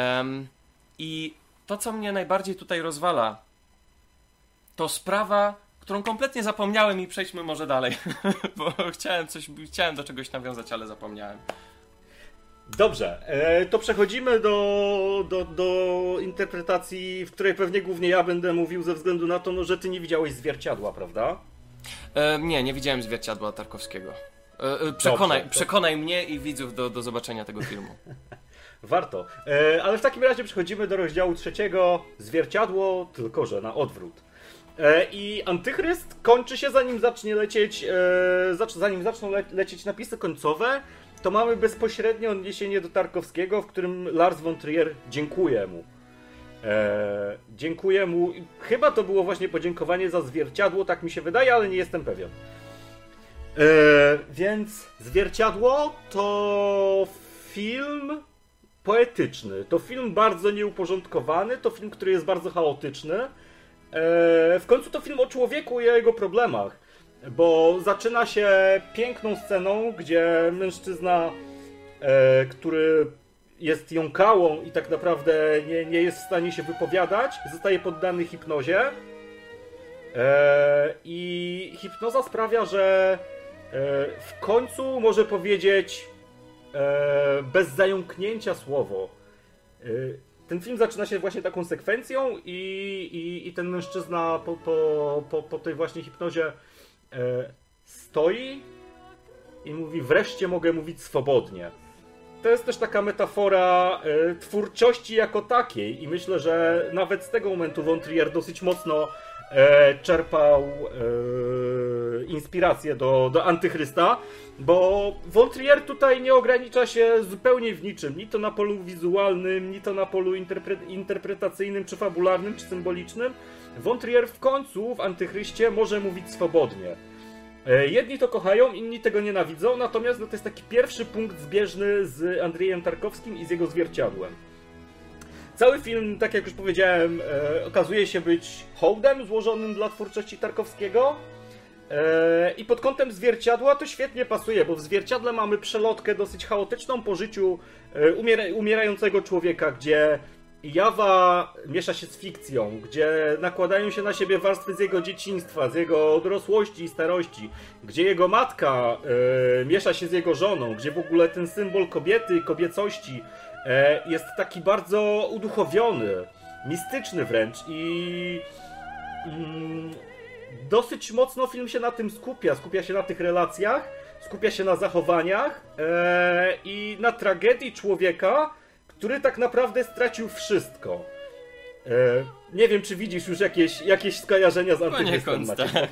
i to, co mnie najbardziej tutaj rozwala, to sprawa, którą kompletnie zapomniałem i przejdźmy może dalej, bo chciałem coś, chciałem do czegoś nawiązać, ale zapomniałem. Dobrze, e, to przechodzimy do, do, do interpretacji, w której pewnie głównie ja będę mówił ze względu na to, no, że ty nie widziałeś Zwierciadła, prawda? E, nie, nie widziałem Zwierciadła Tarkowskiego. E, e, przekonaj, Dobrze, przekonaj to... mnie i widzów do, do zobaczenia tego filmu. Warto. E, ale w takim razie przechodzimy do rozdziału trzeciego. Zwierciadło, tylko że na odwrót. E, I Antychryst kończy się, zanim zacznie lecieć, e, zacz, zanim zaczną le, lecieć napisy końcowe, to mamy bezpośrednie odniesienie do Tarkowskiego, w którym Lars von Trier dziękuję mu. E, dziękuję mu. Chyba to było właśnie podziękowanie za Zwierciadło, tak mi się wydaje, ale nie jestem pewien. E, więc Zwierciadło to film poetyczny. To film bardzo nieuporządkowany, to film, który jest bardzo chaotyczny. E, w końcu to film o człowieku i o jego problemach. Bo zaczyna się piękną sceną, gdzie mężczyzna, e, który jest jąkałą i tak naprawdę nie, nie jest w stanie się wypowiadać, zostaje poddany hipnozie. E, I hipnoza sprawia, że e, w końcu może powiedzieć e, bez zająknięcia słowo. E, ten film zaczyna się właśnie taką sekwencją i, i, i ten mężczyzna po, po, po, po tej właśnie hipnozie e, stoi i mówi: wreszcie mogę mówić swobodnie. To jest też taka metafora e, twórczości jako takiej i myślę, że nawet z tego momentu Von Trier dosyć mocno e, czerpał e, inspirację do, do Antychrysta, bo Von Trier tutaj nie ogranicza się zupełnie w niczym, ni to na polu wizualnym, ni to na polu interpre- interpretacyjnym, czy fabularnym, czy symbolicznym. Von Trier w końcu w Antychryście może mówić swobodnie. Jedni to kochają, inni tego nienawidzą, natomiast no, to jest taki pierwszy punkt zbieżny z Andrzejem Tarkowskim i z jego Zwierciadłem. Cały film, tak jak już powiedziałem, e, okazuje się być hołdem złożonym dla twórczości Tarkowskiego e, i pod kątem Zwierciadła to świetnie pasuje, bo w Zwierciadle mamy przelotkę dosyć chaotyczną po życiu e, umiera, umierającego człowieka, gdzie jawa miesza się z fikcją, gdzie nakładają się na siebie warstwy z jego dzieciństwa, z jego dorosłości i starości, gdzie jego matka e, miesza się z jego żoną, gdzie w ogóle ten symbol kobiety i kobiecości e, jest taki bardzo uduchowiony, mistyczny wręcz i mm, dosyć mocno film się na tym skupia. Skupia się na tych relacjach, skupia się na zachowaniach e, i na tragedii człowieka, który tak naprawdę stracił wszystko. E, nie wiem, czy widzisz już jakieś, jakieś skojarzenia z Antychrystem. No tak.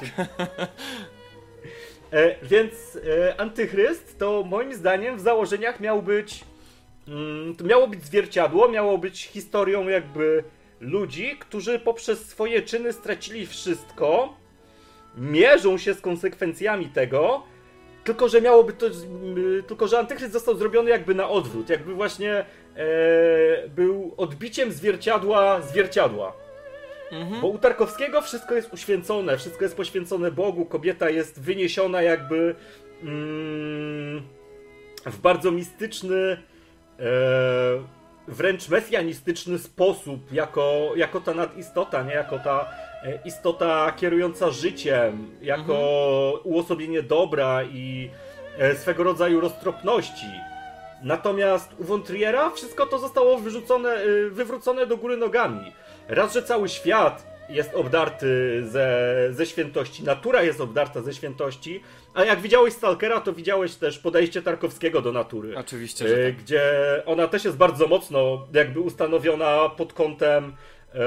E, więc e, Antychryst to moim zdaniem w założeniach miał być mm, to miało być zwierciadło, miało być historią jakby ludzi, którzy poprzez swoje czyny stracili wszystko, mierzą się z konsekwencjami tego, tylko że miałoby to, tylko że Antychryst został zrobiony jakby na odwrót, jakby właśnie e, był odbiciem zwierciadła zwierciadła. Mhm. Bo u Tarkowskiego wszystko jest uświęcone, wszystko jest poświęcone Bogu, kobieta jest wyniesiona jakby mm, w bardzo mistyczny, e, wręcz mesjanistyczny sposób, jako, jako ta nadistota, nie? Jako ta istota kierująca życiem, jako mhm. uosobienie dobra i e, swego rodzaju roztropności. Natomiast u von Triera wszystko to zostało wyrzucone, e, wywrócone do góry nogami. Raz, że cały świat jest obdarty ze, ze świętości, natura jest obdarta ze świętości, a jak widziałeś Stalkera, to widziałeś też podejście Tarkowskiego do natury. Oczywiście, że tak. Gdzie ona też jest bardzo mocno jakby ustanowiona pod kątem e,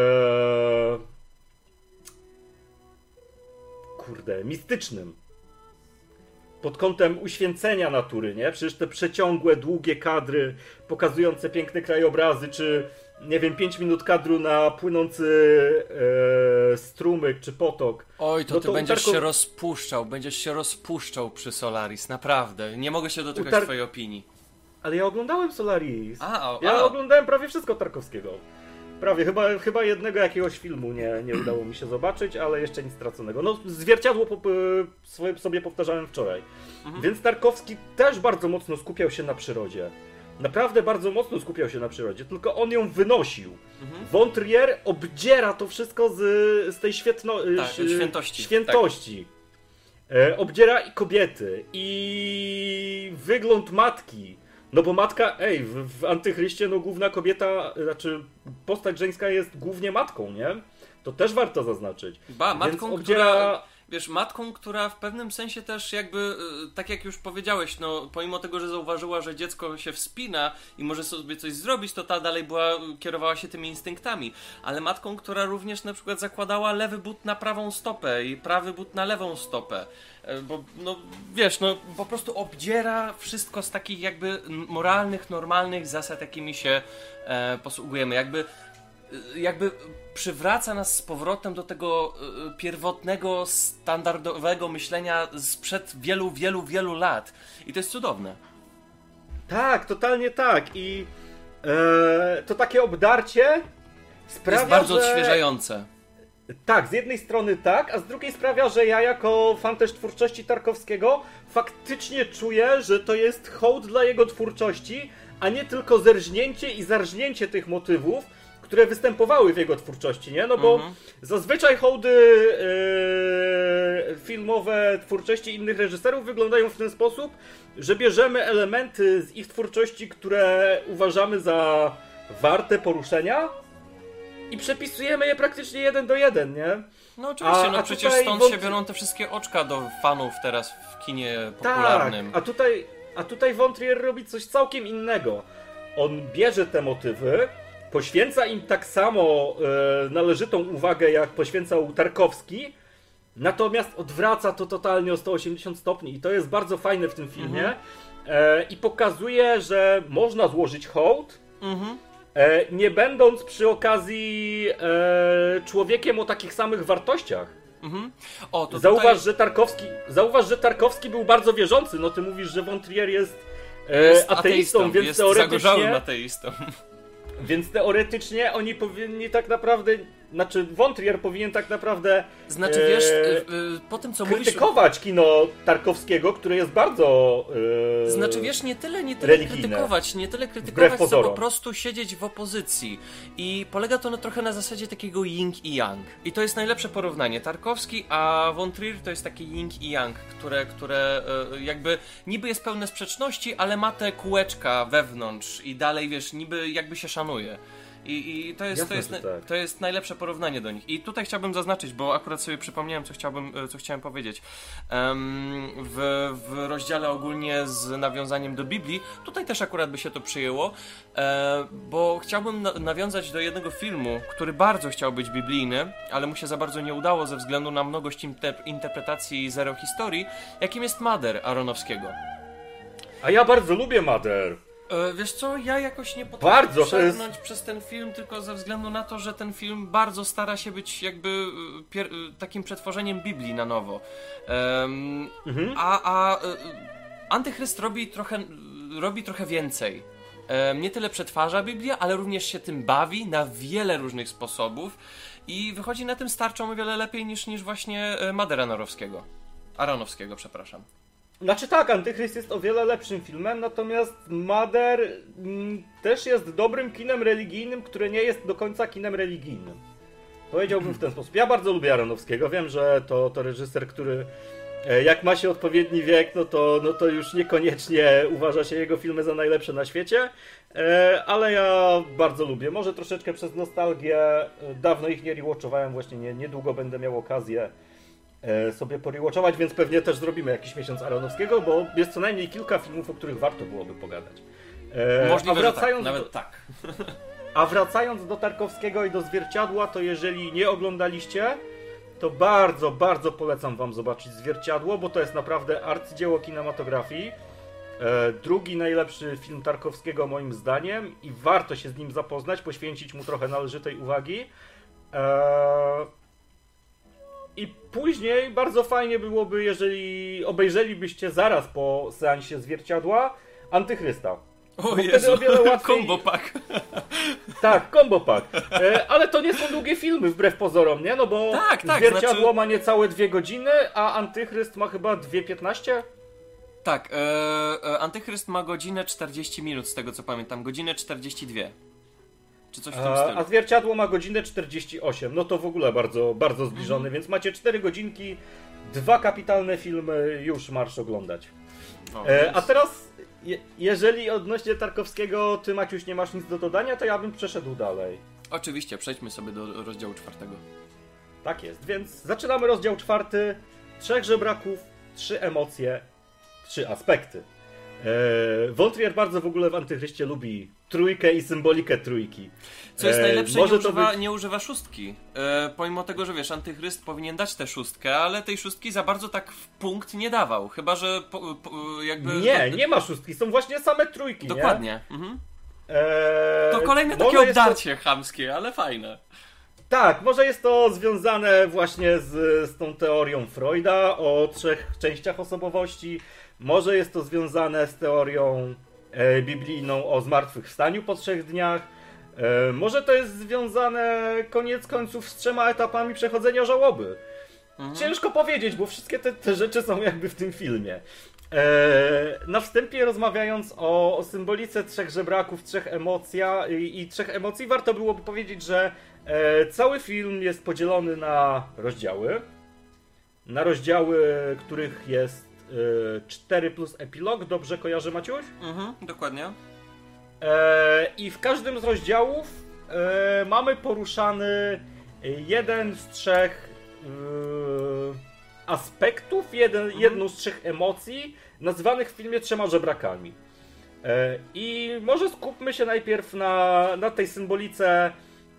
kurde, mistycznym. Pod kątem uświęcenia natury, nie? Przecież te przeciągłe, długie kadry pokazujące piękne krajobrazy, czy nie wiem, pięć minut kadru na płynący e, strumyk czy potok. Oj, to no ty to będziesz Tarko... się rozpuszczał, będziesz się rozpuszczał przy Solaris, naprawdę. Nie mogę się dotykać Tar... twojej opinii. Ale ja oglądałem Solaris. A, o, ja a. oglądałem prawie wszystko Tarkowskiego. Prawie, chyba, chyba jednego jakiegoś filmu nie, nie udało mi się zobaczyć, ale jeszcze nic straconego. No, zwierciadło po, swoje, sobie powtarzałem wczoraj. Mhm. Więc Tarkowski też bardzo mocno skupiał się na przyrodzie. Naprawdę bardzo mocno skupiał się na przyrodzie, tylko on ją wynosił. Mhm. Von Trier obdziera to wszystko z, z tej świetno, tak, świętości. świętości. Tak. E, obdziera i kobiety, i wygląd matki. No bo matka, ej, w, w Antychryście no główna kobieta, znaczy postać żeńska jest głównie matką, nie? To też warto zaznaczyć. Ba, matką, obdziera... która, wiesz, matką, która w pewnym sensie też jakby, tak jak już powiedziałeś, no pomimo tego, że zauważyła, że dziecko się wspina i może sobie coś zrobić, to ta dalej była, kierowała się tymi instynktami. Ale matką, która również na przykład zakładała lewy but na prawą stopę i prawy but na lewą stopę. Bo, no wiesz, no po prostu obdziera wszystko z takich jakby moralnych, normalnych zasad, jakimi się e, posługujemy. Jakby, jakby przywraca nas z powrotem do tego e, pierwotnego, standardowego myślenia sprzed wielu, wielu, wielu lat. I to jest cudowne. Tak, totalnie tak. I e, to takie obdarcie sprawia, jest bardzo że... odświeżające. Tak, z jednej strony tak, a z drugiej sprawia, że ja jako fan też twórczości Tarkowskiego faktycznie czuję, że to jest hołd dla jego twórczości, a nie tylko zerżnięcie i zarżnięcie tych motywów, które występowały w jego twórczości, nie? No bo mhm. zazwyczaj hołdy yy, filmowe twórczości innych reżyserów wyglądają w ten sposób, że bierzemy elementy z ich twórczości, które uważamy za warte poruszenia, i przepisujemy je praktycznie jeden do jeden, nie? No oczywiście, a, no a przecież stąd wąt... się biorą te wszystkie oczka do fanów teraz w kinie popularnym. Tak, a tutaj, a tutaj Von Trier robi coś całkiem innego. On bierze te motywy, poświęca im tak samo e, należytą uwagę, jak poświęcał Tarkowski, natomiast odwraca to totalnie o sto osiemdziesiąt stopni i to jest bardzo fajne w tym filmie. Mhm. E, I pokazuje, że można złożyć hołd, mhm. E, nie będąc przy okazji e, człowiekiem o takich samych wartościach. Mhm. O, to zauważ, tutaj... że Tarkowski, zauważ, że Tarkowski był bardzo wierzący. No ty mówisz, że Von Trier jest, e, jest ateistą, ateistą, więc jest teoretycznie... zagorzałym ateistą. Więc teoretycznie oni powinni tak naprawdę... Znaczy, Von Trier powinien tak naprawdę znaczy, wiesz, e, po tym co krytykować mówisz... kino Tarkowskiego, które jest bardzo e, Znaczy, wiesz, nie tyle, nie tyle krytykować, nie tyle krytykować, co po prostu siedzieć w opozycji. I polega to no, trochę na zasadzie takiego yin i yang. I to jest najlepsze porównanie. Tarkowski, a Von Trier to jest takie yin i yang, które, które e, jakby niby jest pełne sprzeczności, ale ma te kółeczka wewnątrz i dalej, wiesz, niby jakby się szanuje. I, i to, jest, Jasne, to, jest, tak. to jest najlepsze porównanie do nich. I tutaj chciałbym zaznaczyć, bo akurat sobie przypomniałem, co, chciałbym, co chciałem powiedzieć. Um, w, w rozdziale ogólnie z nawiązaniem do Biblii, tutaj też akurat by się to przyjęło, e, bo chciałbym na, nawiązać do jednego filmu, który bardzo chciał być biblijny, ale mu się za bardzo nie udało ze względu na mnogość inter, interpretacji zero historii, jakim jest Mother Aronofskiego. A ja bardzo lubię Mother. E, wiesz co, ja jakoś nie potrafię Bardzo, przebrnąć jest... przez ten film, tylko ze względu na to, że ten film bardzo stara się być jakby pier- takim przetworzeniem Biblii na nowo. Um, mhm. A, a e, Antychryst robi trochę, robi trochę więcej. E, nie tyle przetwarza Biblię, ale również się tym bawi na wiele różnych sposobów i wychodzi na tym starczą o wiele lepiej niż, niż właśnie Mother Aronofskiego. Aronofskiego, przepraszam. Znaczy tak, Antychryst jest o wiele lepszym filmem, natomiast Mother m, też jest dobrym kinem religijnym, które nie jest do końca kinem religijnym. Powiedziałbym w ten sposób. Ja bardzo lubię Aronofskiego, wiem, że to, to reżyser, który e, jak ma się odpowiedni wiek, no to, no to już niekoniecznie uważa się jego filmy za najlepsze na świecie, e, ale ja bardzo lubię. Może troszeczkę przez nostalgię, e, dawno ich nie rewatchowałem, właśnie nie, niedługo będę miał okazję sobie porewatchować, więc pewnie też zrobimy jakiś miesiąc Aronofskiego, bo jest co najmniej kilka filmów, o których warto byłoby pogadać. E, Możliwe, a wracając tak, nawet do, tak. A wracając do Tarkowskiego i do Zwierciadła, to jeżeli nie oglądaliście, to bardzo, bardzo polecam wam zobaczyć Zwierciadło, bo to jest naprawdę arcydzieło kinematografii. E, drugi najlepszy film Tarkowskiego moim zdaniem i warto się z nim zapoznać, poświęcić mu trochę należytej uwagi. E, I później bardzo fajnie byłoby, jeżeli obejrzelibyście zaraz po seansie Zwierciadła Antychrysta. O Jezu, o wiele łatwiej... combo pack. Tak, combo pack. E, ale to nie są długie filmy, wbrew pozorom, nie? No bo tak, tak, Zwierciadło znaczy... ma niecałe dwie godziny, a Antychryst ma chyba dwie piętnaście? Tak, e, e, Antychryst ma godzinę czterdzieści minut, z tego co pamiętam, godzinę czterdzieści dwa. Czy coś w tym a, stylu. A Zwierciadło ma godzinę czterdzieści osiem, no to w ogóle bardzo, bardzo zbliżony, mhm. Więc macie cztery godzinki, dwa kapitalne filmy, już marsz oglądać. O, e, więc... A teraz, je, jeżeli odnośnie Tarkowskiego ty, Maciuś, nie masz nic do dodania, to ja bym przeszedł dalej. Oczywiście, przejdźmy sobie do rozdziału czwartego. Tak jest, więc zaczynamy rozdział czwarty. Trzech żebraków, trzy emocje, trzy aspekty. Eee, Von Trier bardzo w ogóle w Antychryście lubi trójkę i symbolikę trójki. Co jest najlepsze, eee, nie, używa, być... nie używa szóstki. Eee, pomimo tego, że wiesz, Antychryst powinien dać tę szóstkę, ale tej szóstki za bardzo tak w punkt nie dawał. Chyba, że po, po, jakby... Nie, nie ma szóstki, są właśnie same trójki. Dokładnie. Mhm. Eee, to kolejne takie obdarcie to... chamskie, ale fajne. Tak, może jest to związane właśnie z, z tą teorią Freuda o trzech częściach osobowości. Może jest to związane z teorią e, biblijną o zmartwychwstaniu po trzech dniach. E, może to jest związane koniec końców z trzema etapami przechodzenia żałoby. Mhm. Ciężko powiedzieć, bo wszystkie te, te rzeczy są jakby w tym filmie. E, na wstępie rozmawiając o, o symbolice trzech żebraków, trzech emocja i, i trzech emocji, warto byłoby powiedzieć, że e, cały film jest podzielony na rozdziały. Na rozdziały, których jest cztery plus epilog, dobrze kojarzy, Maciuś? Mhm, dokładnie. E, I w każdym z rozdziałów e, mamy poruszany jeden z trzech e, aspektów, jeden, mhm. jedną z trzech emocji, nazywanych w filmie trzema żebrakami. E, I może skupmy się najpierw na, na tej symbolice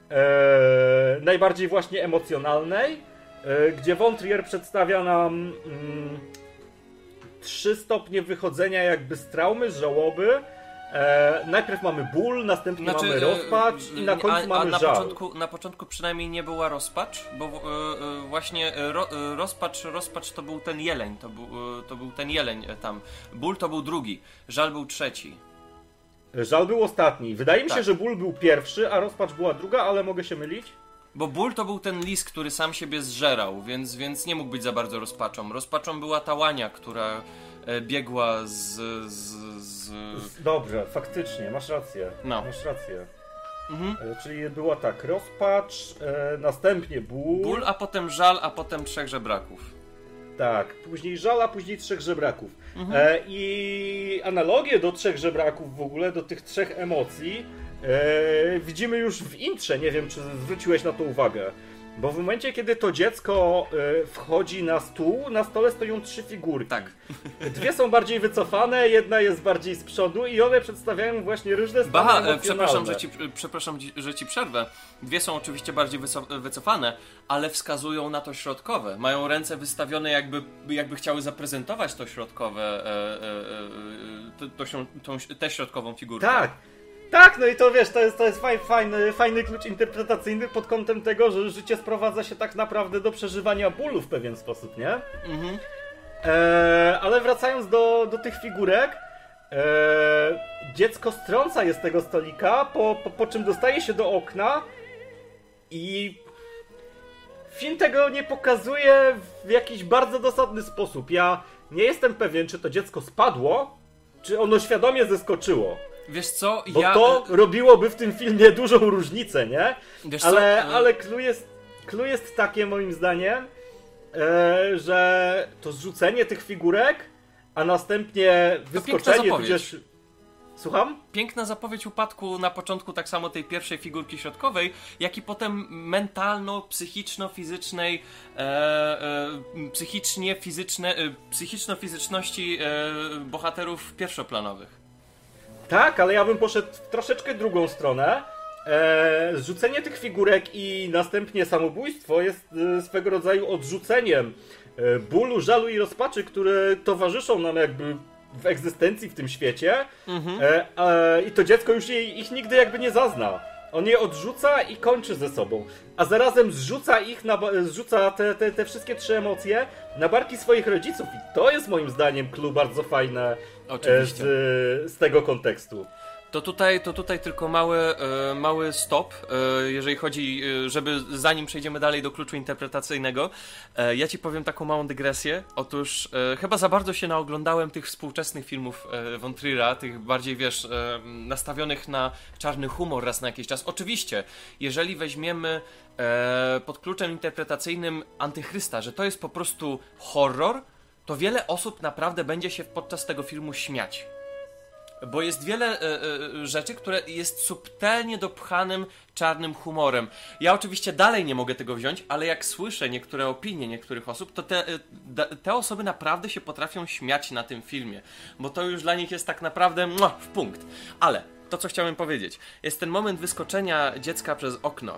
e, najbardziej właśnie emocjonalnej, e, gdzie Von Trier przedstawia nam mm, trzy stopnie wychodzenia jakby z traumy, z żałoby. E, najpierw mamy ból, następnie znaczy, mamy rozpacz e, i na końcu a, mamy a na żal. Początku, na początku przynajmniej nie była rozpacz, bo e, e, właśnie ro, e, rozpacz, rozpacz to był ten jeleń, to był, e, to był ten jeleń e, tam. Ból to był drugi, żal był trzeci. Żal był ostatni. Wydaje mi się, tak. że ból był pierwszy, a rozpacz była druga, ale mogę się mylić? Bo ból to był ten lis, który sam siebie zżerał, więc, więc nie mógł być za bardzo rozpaczą. Rozpaczą była ta łania, która biegła z... z, z... Dobrze, faktycznie, masz rację. No. Masz rację. Mhm. Czyli była tak, rozpacz, e, następnie ból... Ból, a potem żal, a potem trzech żebraków. Tak, później żal, a później trzech żebraków. Mhm. E, I analogie do trzech żebraków w ogóle, do tych trzech emocji, e, widzimy już w intrze, nie wiem, czy zwróciłeś na to uwagę. Bo w momencie, kiedy to dziecko y, wchodzi na stół, na stole stoją trzy figurki. Tak. Dwie są bardziej wycofane, jedna jest bardziej z przodu i one przedstawiają właśnie różne stany Baha, emocjonalne. przepraszam, że ci, przepraszam, że ci przerwę. Dwie są oczywiście bardziej wycofane, ale wskazują na to środkowe. Mają ręce wystawione, jakby, jakby chciały zaprezentować to środkowe, e, e, e, to, to, tą, tę środkową figurkę. Tak. Tak, no i to wiesz, to jest, to jest faj, fajny, fajny klucz interpretacyjny pod kątem tego, że życie sprowadza się tak naprawdę do przeżywania bólu w pewien sposób, nie? Mhm. E, ale wracając do, do tych figurek, e, dziecko strąca je z tego stolika, po, po, po czym dostaje się do okna i film tego nie pokazuje w jakiś bardzo dosadny sposób. Ja nie jestem pewien, czy to dziecko spadło, czy ono świadomie zeskoczyło. Wiesz co, Bo ja... to robiłoby w tym filmie dużą różnicę, nie? Wiesz ale co? ale clue jest, clue jest takie moim zdaniem, e, że to zrzucenie tych figurek, a następnie wyskoczenie tudzież... Słucham? Piękna zapowiedź upadku na początku tak samo tej pierwszej figurki środkowej, jak i potem mentalno-psychiczno-fizycznej, e, e, psychicznie fizyczne, e, psychiczno-fizyczności e, bohaterów pierwszoplanowych. Tak, ale ja bym poszedł w troszeczkę drugą stronę. Eee, zrzucenie tych figurek i następnie samobójstwo jest e, swego rodzaju odrzuceniem e, bólu, żalu i rozpaczy, które towarzyszą nam jakby w egzystencji w tym świecie. Mhm. E, e, I to dziecko już jej, ich nigdy jakby nie zazna. On je odrzuca i kończy ze sobą. A zarazem zrzuca ich, na, zrzuca te, te, te wszystkie trzy emocje na barki swoich rodziców. I to jest moim zdaniem clue bardzo fajne z, z tego kontekstu. To tutaj, to tutaj tylko mały, e, mały stop, e, jeżeli chodzi, e, żeby zanim przejdziemy dalej do kluczu interpretacyjnego, e, ja ci powiem taką małą dygresję. Otóż e, chyba za bardzo się naoglądałem tych współczesnych filmów e, von Trier'a, tych bardziej, wiesz, e, nastawionych na czarny humor raz na jakiś czas. Oczywiście, jeżeli weźmiemy e, pod kluczem interpretacyjnym Antychrysta, że to jest po prostu horror, to wiele osób naprawdę będzie się podczas tego filmu śmiać. Bo jest wiele e, e, rzeczy, które jest subtelnie dopchanym czarnym humorem. Ja oczywiście dalej nie mogę tego wziąć, ale jak słyszę niektóre opinie niektórych osób, to te, te osoby naprawdę się potrafią śmiać na tym filmie. Bo to już dla nich jest tak naprawdę muah, w punkt. Ale to, co chciałem powiedzieć, jest ten moment wyskoczenia dziecka przez okno.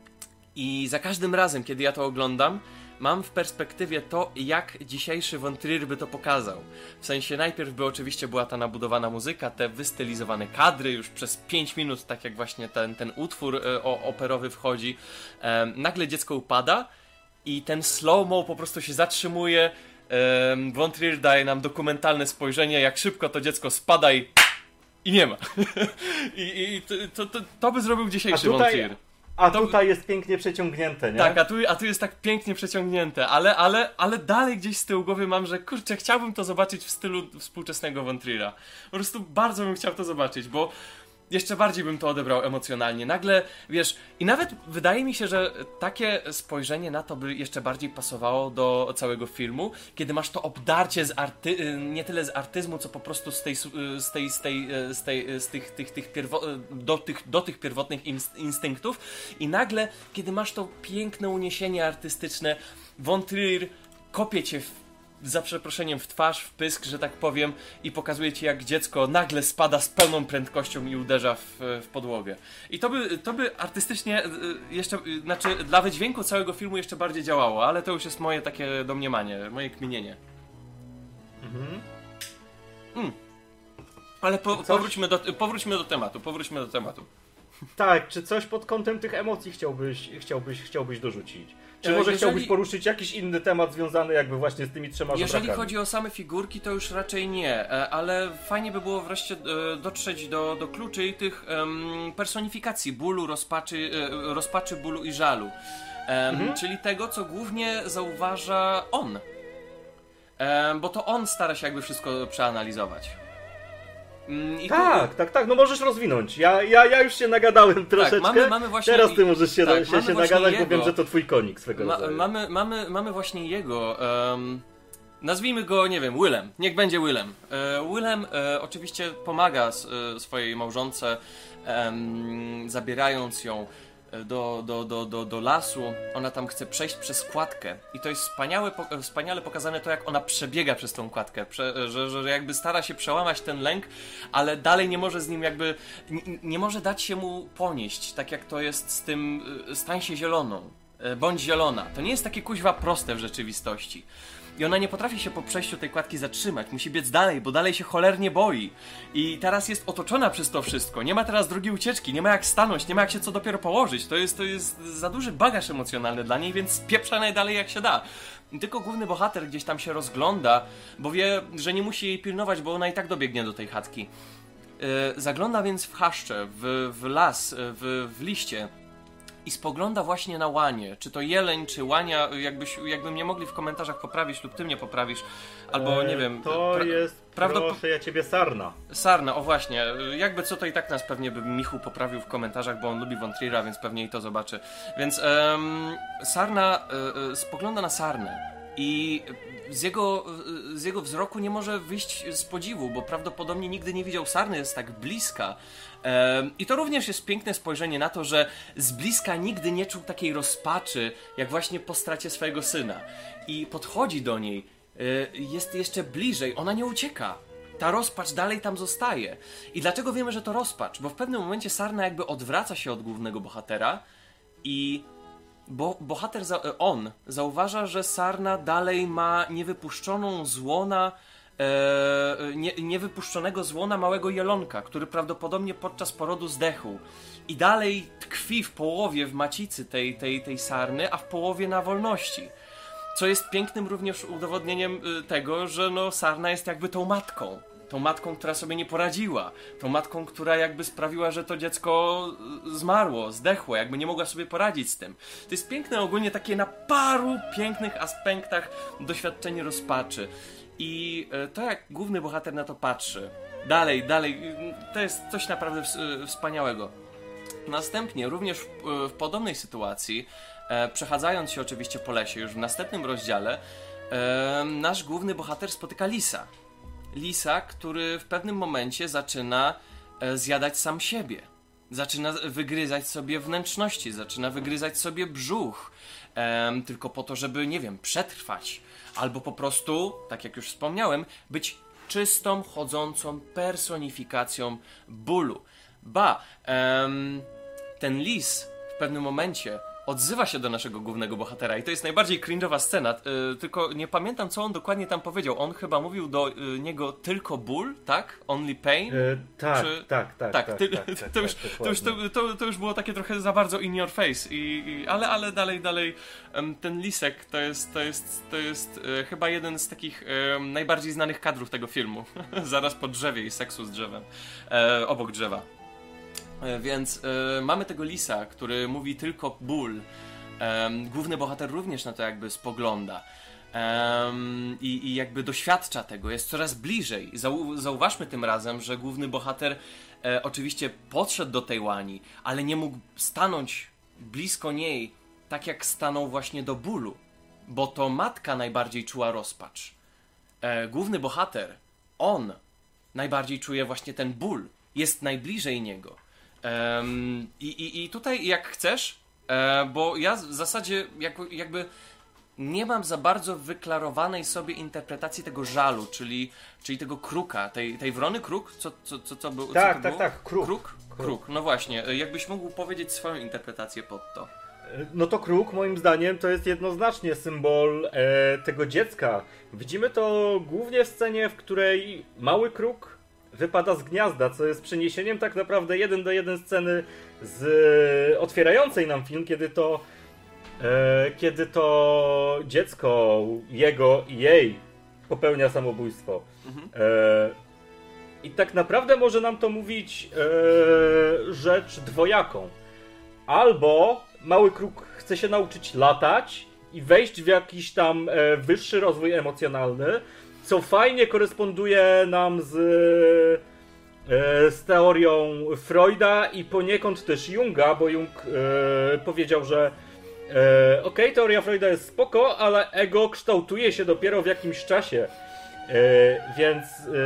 I za każdym razem, kiedy ja to oglądam, mam w perspektywie to, jak dzisiejszy von Trier by to pokazał. W sensie najpierw by oczywiście była ta nabudowana muzyka, te wystylizowane kadry, już przez pięć minut, tak jak właśnie ten, ten utwór e, o, operowy wchodzi. E, nagle dziecko upada i ten slow-mo po prostu się zatrzymuje. E, von Trier daje nam dokumentalne spojrzenie, jak szybko to dziecko spada i, i nie ma. I, i to, to, to by zrobił dzisiejszy tutaj... von Trier. A to... tutaj jest pięknie przeciągnięte, nie? Tak, a tu, a tu jest tak pięknie przeciągnięte, ale, ale, ale dalej gdzieś z tyłu głowy mam, że kurczę, chciałbym to zobaczyć w stylu współczesnego von Trier'a. Po prostu bardzo bym chciał to zobaczyć, bo jeszcze bardziej bym to odebrał emocjonalnie. Nagle, wiesz, i nawet wydaje mi się, że takie spojrzenie na to by jeszcze bardziej pasowało do całego filmu, kiedy masz to obdarcie z arty... nie tyle z artyzmu, co po prostu z tej, z tej, z tej, z tej, z tych, tych, tych pierwo... do, tych, do tych pierwotnych instynktów i nagle, kiedy masz to piękne uniesienie artystyczne, von Trier kopie cię w za przeproszeniem w twarz, w pysk, że tak powiem, i pokazuje ci, jak dziecko nagle spada z pełną prędkością i uderza w, w podłogę. I to by, to by artystycznie jeszcze, znaczy dla wydźwięku całego filmu jeszcze bardziej działało, ale to już jest moje takie domniemanie, moje kminienie. Mhm. Mm. Ale po, powróćmy, do, powróćmy do tematu, powróćmy do tematu. Tak, czy coś pod kątem tych emocji chciałbyś, chciałbyś, chciałbyś dorzucić? Czy może jeżeli... chciałbyś poruszyć jakiś inny temat związany jakby właśnie z tymi trzema żebrakami? Jeżeli chodzi o same figurki, to już raczej nie, ale fajnie by było wreszcie dotrzeć do, do kluczy i tych um, personifikacji bólu, rozpaczy, rozpaczy, bólu i żalu. Um, mhm. Czyli tego, co głównie zauważa on. Um, bo to on stara się jakby wszystko przeanalizować. I tak, tu... tak, tak, no możesz rozwinąć. Ja, ja, ja już się nagadałem troszeczkę. Tak, mamy, mamy właśnie... Teraz ty możesz się, tak, się, się nagadać, jego... bo wiem, że to twój konik swego Ma, rodzaju. Mamy, mamy, mamy właśnie jego um, Nazwijmy go, nie wiem, Willem. Niech będzie Willem. E, Willem e, oczywiście pomaga s, e, swojej małżonce, e, zabierając ją do, do, do, do, do lasu. Ona tam chce przejść przez kładkę. I to jest wspaniałe, po, wspaniale pokazane to, jak ona przebiega przez tą kładkę. Prze, że, że jakby stara się przełamać ten lęk, ale dalej nie może z nim jakby... Nie, nie może dać się mu ponieść, tak jak to jest z tym stań się zieloną. Bądź zielona. To nie jest takie kuźwa proste w rzeczywistości. I ona nie potrafi się po przejściu tej kładki zatrzymać. Musi biec dalej, bo dalej się cholernie boi. I teraz jest otoczona przez to wszystko. Nie ma teraz drogi ucieczki, nie ma jak stanąć, nie ma jak się co dopiero położyć. To jest, to jest za duży bagaż emocjonalny dla niej, więc pieprza najdalej jak się da. I tylko główny bohater gdzieś tam się rozgląda, bo wie, że nie musi jej pilnować, bo ona i tak dobiegnie do tej chatki. Yy, zagląda więc w chaszcze, w, w las, w, w liście. I spogląda właśnie na łanie. Czy to jeleń, czy łania, jakbyś, jakby mnie mogli w komentarzach poprawić lub ty mnie poprawisz, albo nie wiem... To pra- jest, prawdopod- proszę ja ciebie, sarna. Sarna, o właśnie. Jakby co, to i tak nas pewnie by Michu poprawił w komentarzach, bo on lubi Von Trier'a, więc pewnie i to zobaczy. Więc um, sarna y, y, spogląda na sarnę i z jego, z jego wzroku nie może wyjść z podziwu, bo prawdopodobnie nigdy nie widział sarny, jest tak bliska. I to również jest piękne spojrzenie na to, że z bliska nigdy nie czuł takiej rozpaczy, jak właśnie po stracie swojego syna. I podchodzi do niej, jest jeszcze bliżej, ona nie ucieka. Ta rozpacz dalej tam zostaje. I dlaczego wiemy, że to rozpacz? Bo w pewnym momencie sarna jakby odwraca się od głównego bohatera i bo bohater, za, on, zauważa, że sarna dalej ma niewypuszczoną z łona E, nie, niewypuszczonego z łona małego jelonka, który prawdopodobnie podczas porodu zdechł. I dalej tkwi w połowie w macicy tej, tej, tej sarny, a w połowie na wolności. Co jest pięknym również udowodnieniem tego, że no, sarna jest jakby tą matką. Tą matką, która sobie nie poradziła. Tą matką, która jakby sprawiła, że to dziecko zmarło, zdechło, jakby nie mogła sobie poradzić z tym. To jest piękne ogólnie takie na paru pięknych aspektach doświadczenie rozpaczy. I to, jak główny bohater na to patrzy, dalej, dalej, to jest coś naprawdę wspaniałego. Następnie, również w, w podobnej sytuacji, e, przechadzając się oczywiście po lesie, już w następnym rozdziale, e, nasz główny bohater spotyka lisa. Lisa, który w pewnym momencie zaczyna e, zjadać sam siebie. Zaczyna wygryzać sobie wnętrzności, zaczyna wygryzać sobie brzuch, e, tylko po to, żeby, nie wiem, przetrwać. Albo po prostu, tak jak już wspomniałem, być czystą, chodzącą personifikacją bólu. Ba, em, ten lis w pewnym momencie odzywa się do naszego głównego bohatera i to jest najbardziej cringe'owa scena, yy, tylko nie pamiętam, co on dokładnie tam powiedział. On chyba mówił do yy, niego tylko ból, tak? Only pain? Yy, tak, Czy... tak, tak, tak, ty, tak, tak, to, już, tak, to, już, to, to, to już było takie trochę za bardzo in your face, I, i, ale, ale dalej, dalej um, ten lisek to jest, to jest, to jest yy, chyba jeden z takich yy, najbardziej znanych kadrów tego filmu. Zaraz po drzewie i seksu z drzewem, yy, obok drzewa. Yy, więc yy, mamy tego lisa, który mówi tylko ból. Um, główny bohater również na to jakby spogląda um, i, i jakby doświadcza tego, jest coraz bliżej. Zau, zauważmy tym razem, że główny bohater e, oczywiście podszedł do tej łani, ale nie mógł stanąć blisko niej tak jak stanął właśnie do bólu, bo to matka najbardziej czuła rozpacz. E, główny bohater, on najbardziej czuje właśnie ten ból, jest najbliżej niego. Um, i, i, I tutaj jak chcesz, E, bo ja w zasadzie jakby, jakby nie mam za bardzo wyklarowanej sobie interpretacji tego żalu, czyli, czyli tego kruka, tej, tej wrony kruk? Co, co, co, co, był, tak, co to tak, było? tak, kruk. kruk. Kruk, no właśnie. Jakbyś mógł powiedzieć swoją interpretację pod to? No to kruk, moim zdaniem, to jest jednoznacznie symbol e, tego dziecka. Widzimy to głównie w scenie, w której mały kruk wypada z gniazda, co jest przeniesieniem tak naprawdę jeden do jeden sceny z e, otwierającej nam film, kiedy to e, kiedy to dziecko jego i jej popełnia samobójstwo. Mhm. E, I tak naprawdę może nam to mówić e, rzecz dwojaką. Albo mały kruk chce się nauczyć latać i wejść w jakiś tam e, wyższy rozwój emocjonalny, co fajnie koresponduje nam z, e, z teorią Freuda i poniekąd też Junga, bo Jung e, powiedział, że E, Okej, okay, teoria Freuda jest spoko, ale ego kształtuje się dopiero w jakimś czasie. E, więc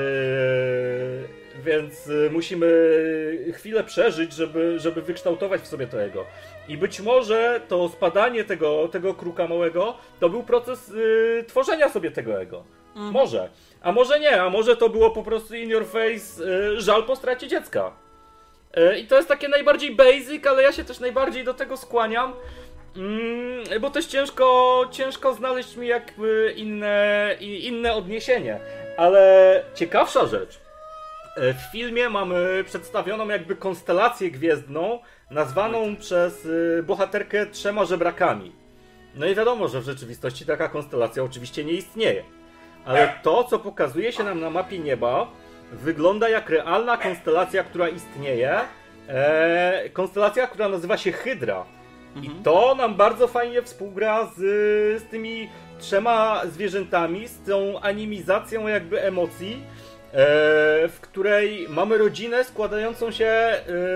e, więc musimy chwilę przeżyć, żeby, żeby wykształtować w sobie to ego. I być może to spadanie tego, tego kruka małego to był proces y, tworzenia sobie tego ego. Mhm. Może. A może nie, a może to było po prostu in your face y, żal po stracie dziecka. Y, I to jest takie najbardziej basic, ale ja się też najbardziej do tego skłaniam. Mm, bo też ciężko, ciężko znaleźć mi jakby inne, inne odniesienie. Ale ciekawsza rzecz. W filmie mamy przedstawioną jakby konstelację gwiezdną, nazwaną przez bohaterkę trzema żebrakami. No i wiadomo, że w rzeczywistości taka konstelacja oczywiście nie istnieje. Ale to, co pokazuje się nam na mapie nieba, wygląda jak realna konstelacja, która istnieje. E, konstelacja, która nazywa się Hydra. I to nam bardzo fajnie współgra z, z tymi trzema zwierzętami, z tą animizacją jakby emocji, w której mamy rodzinę składającą się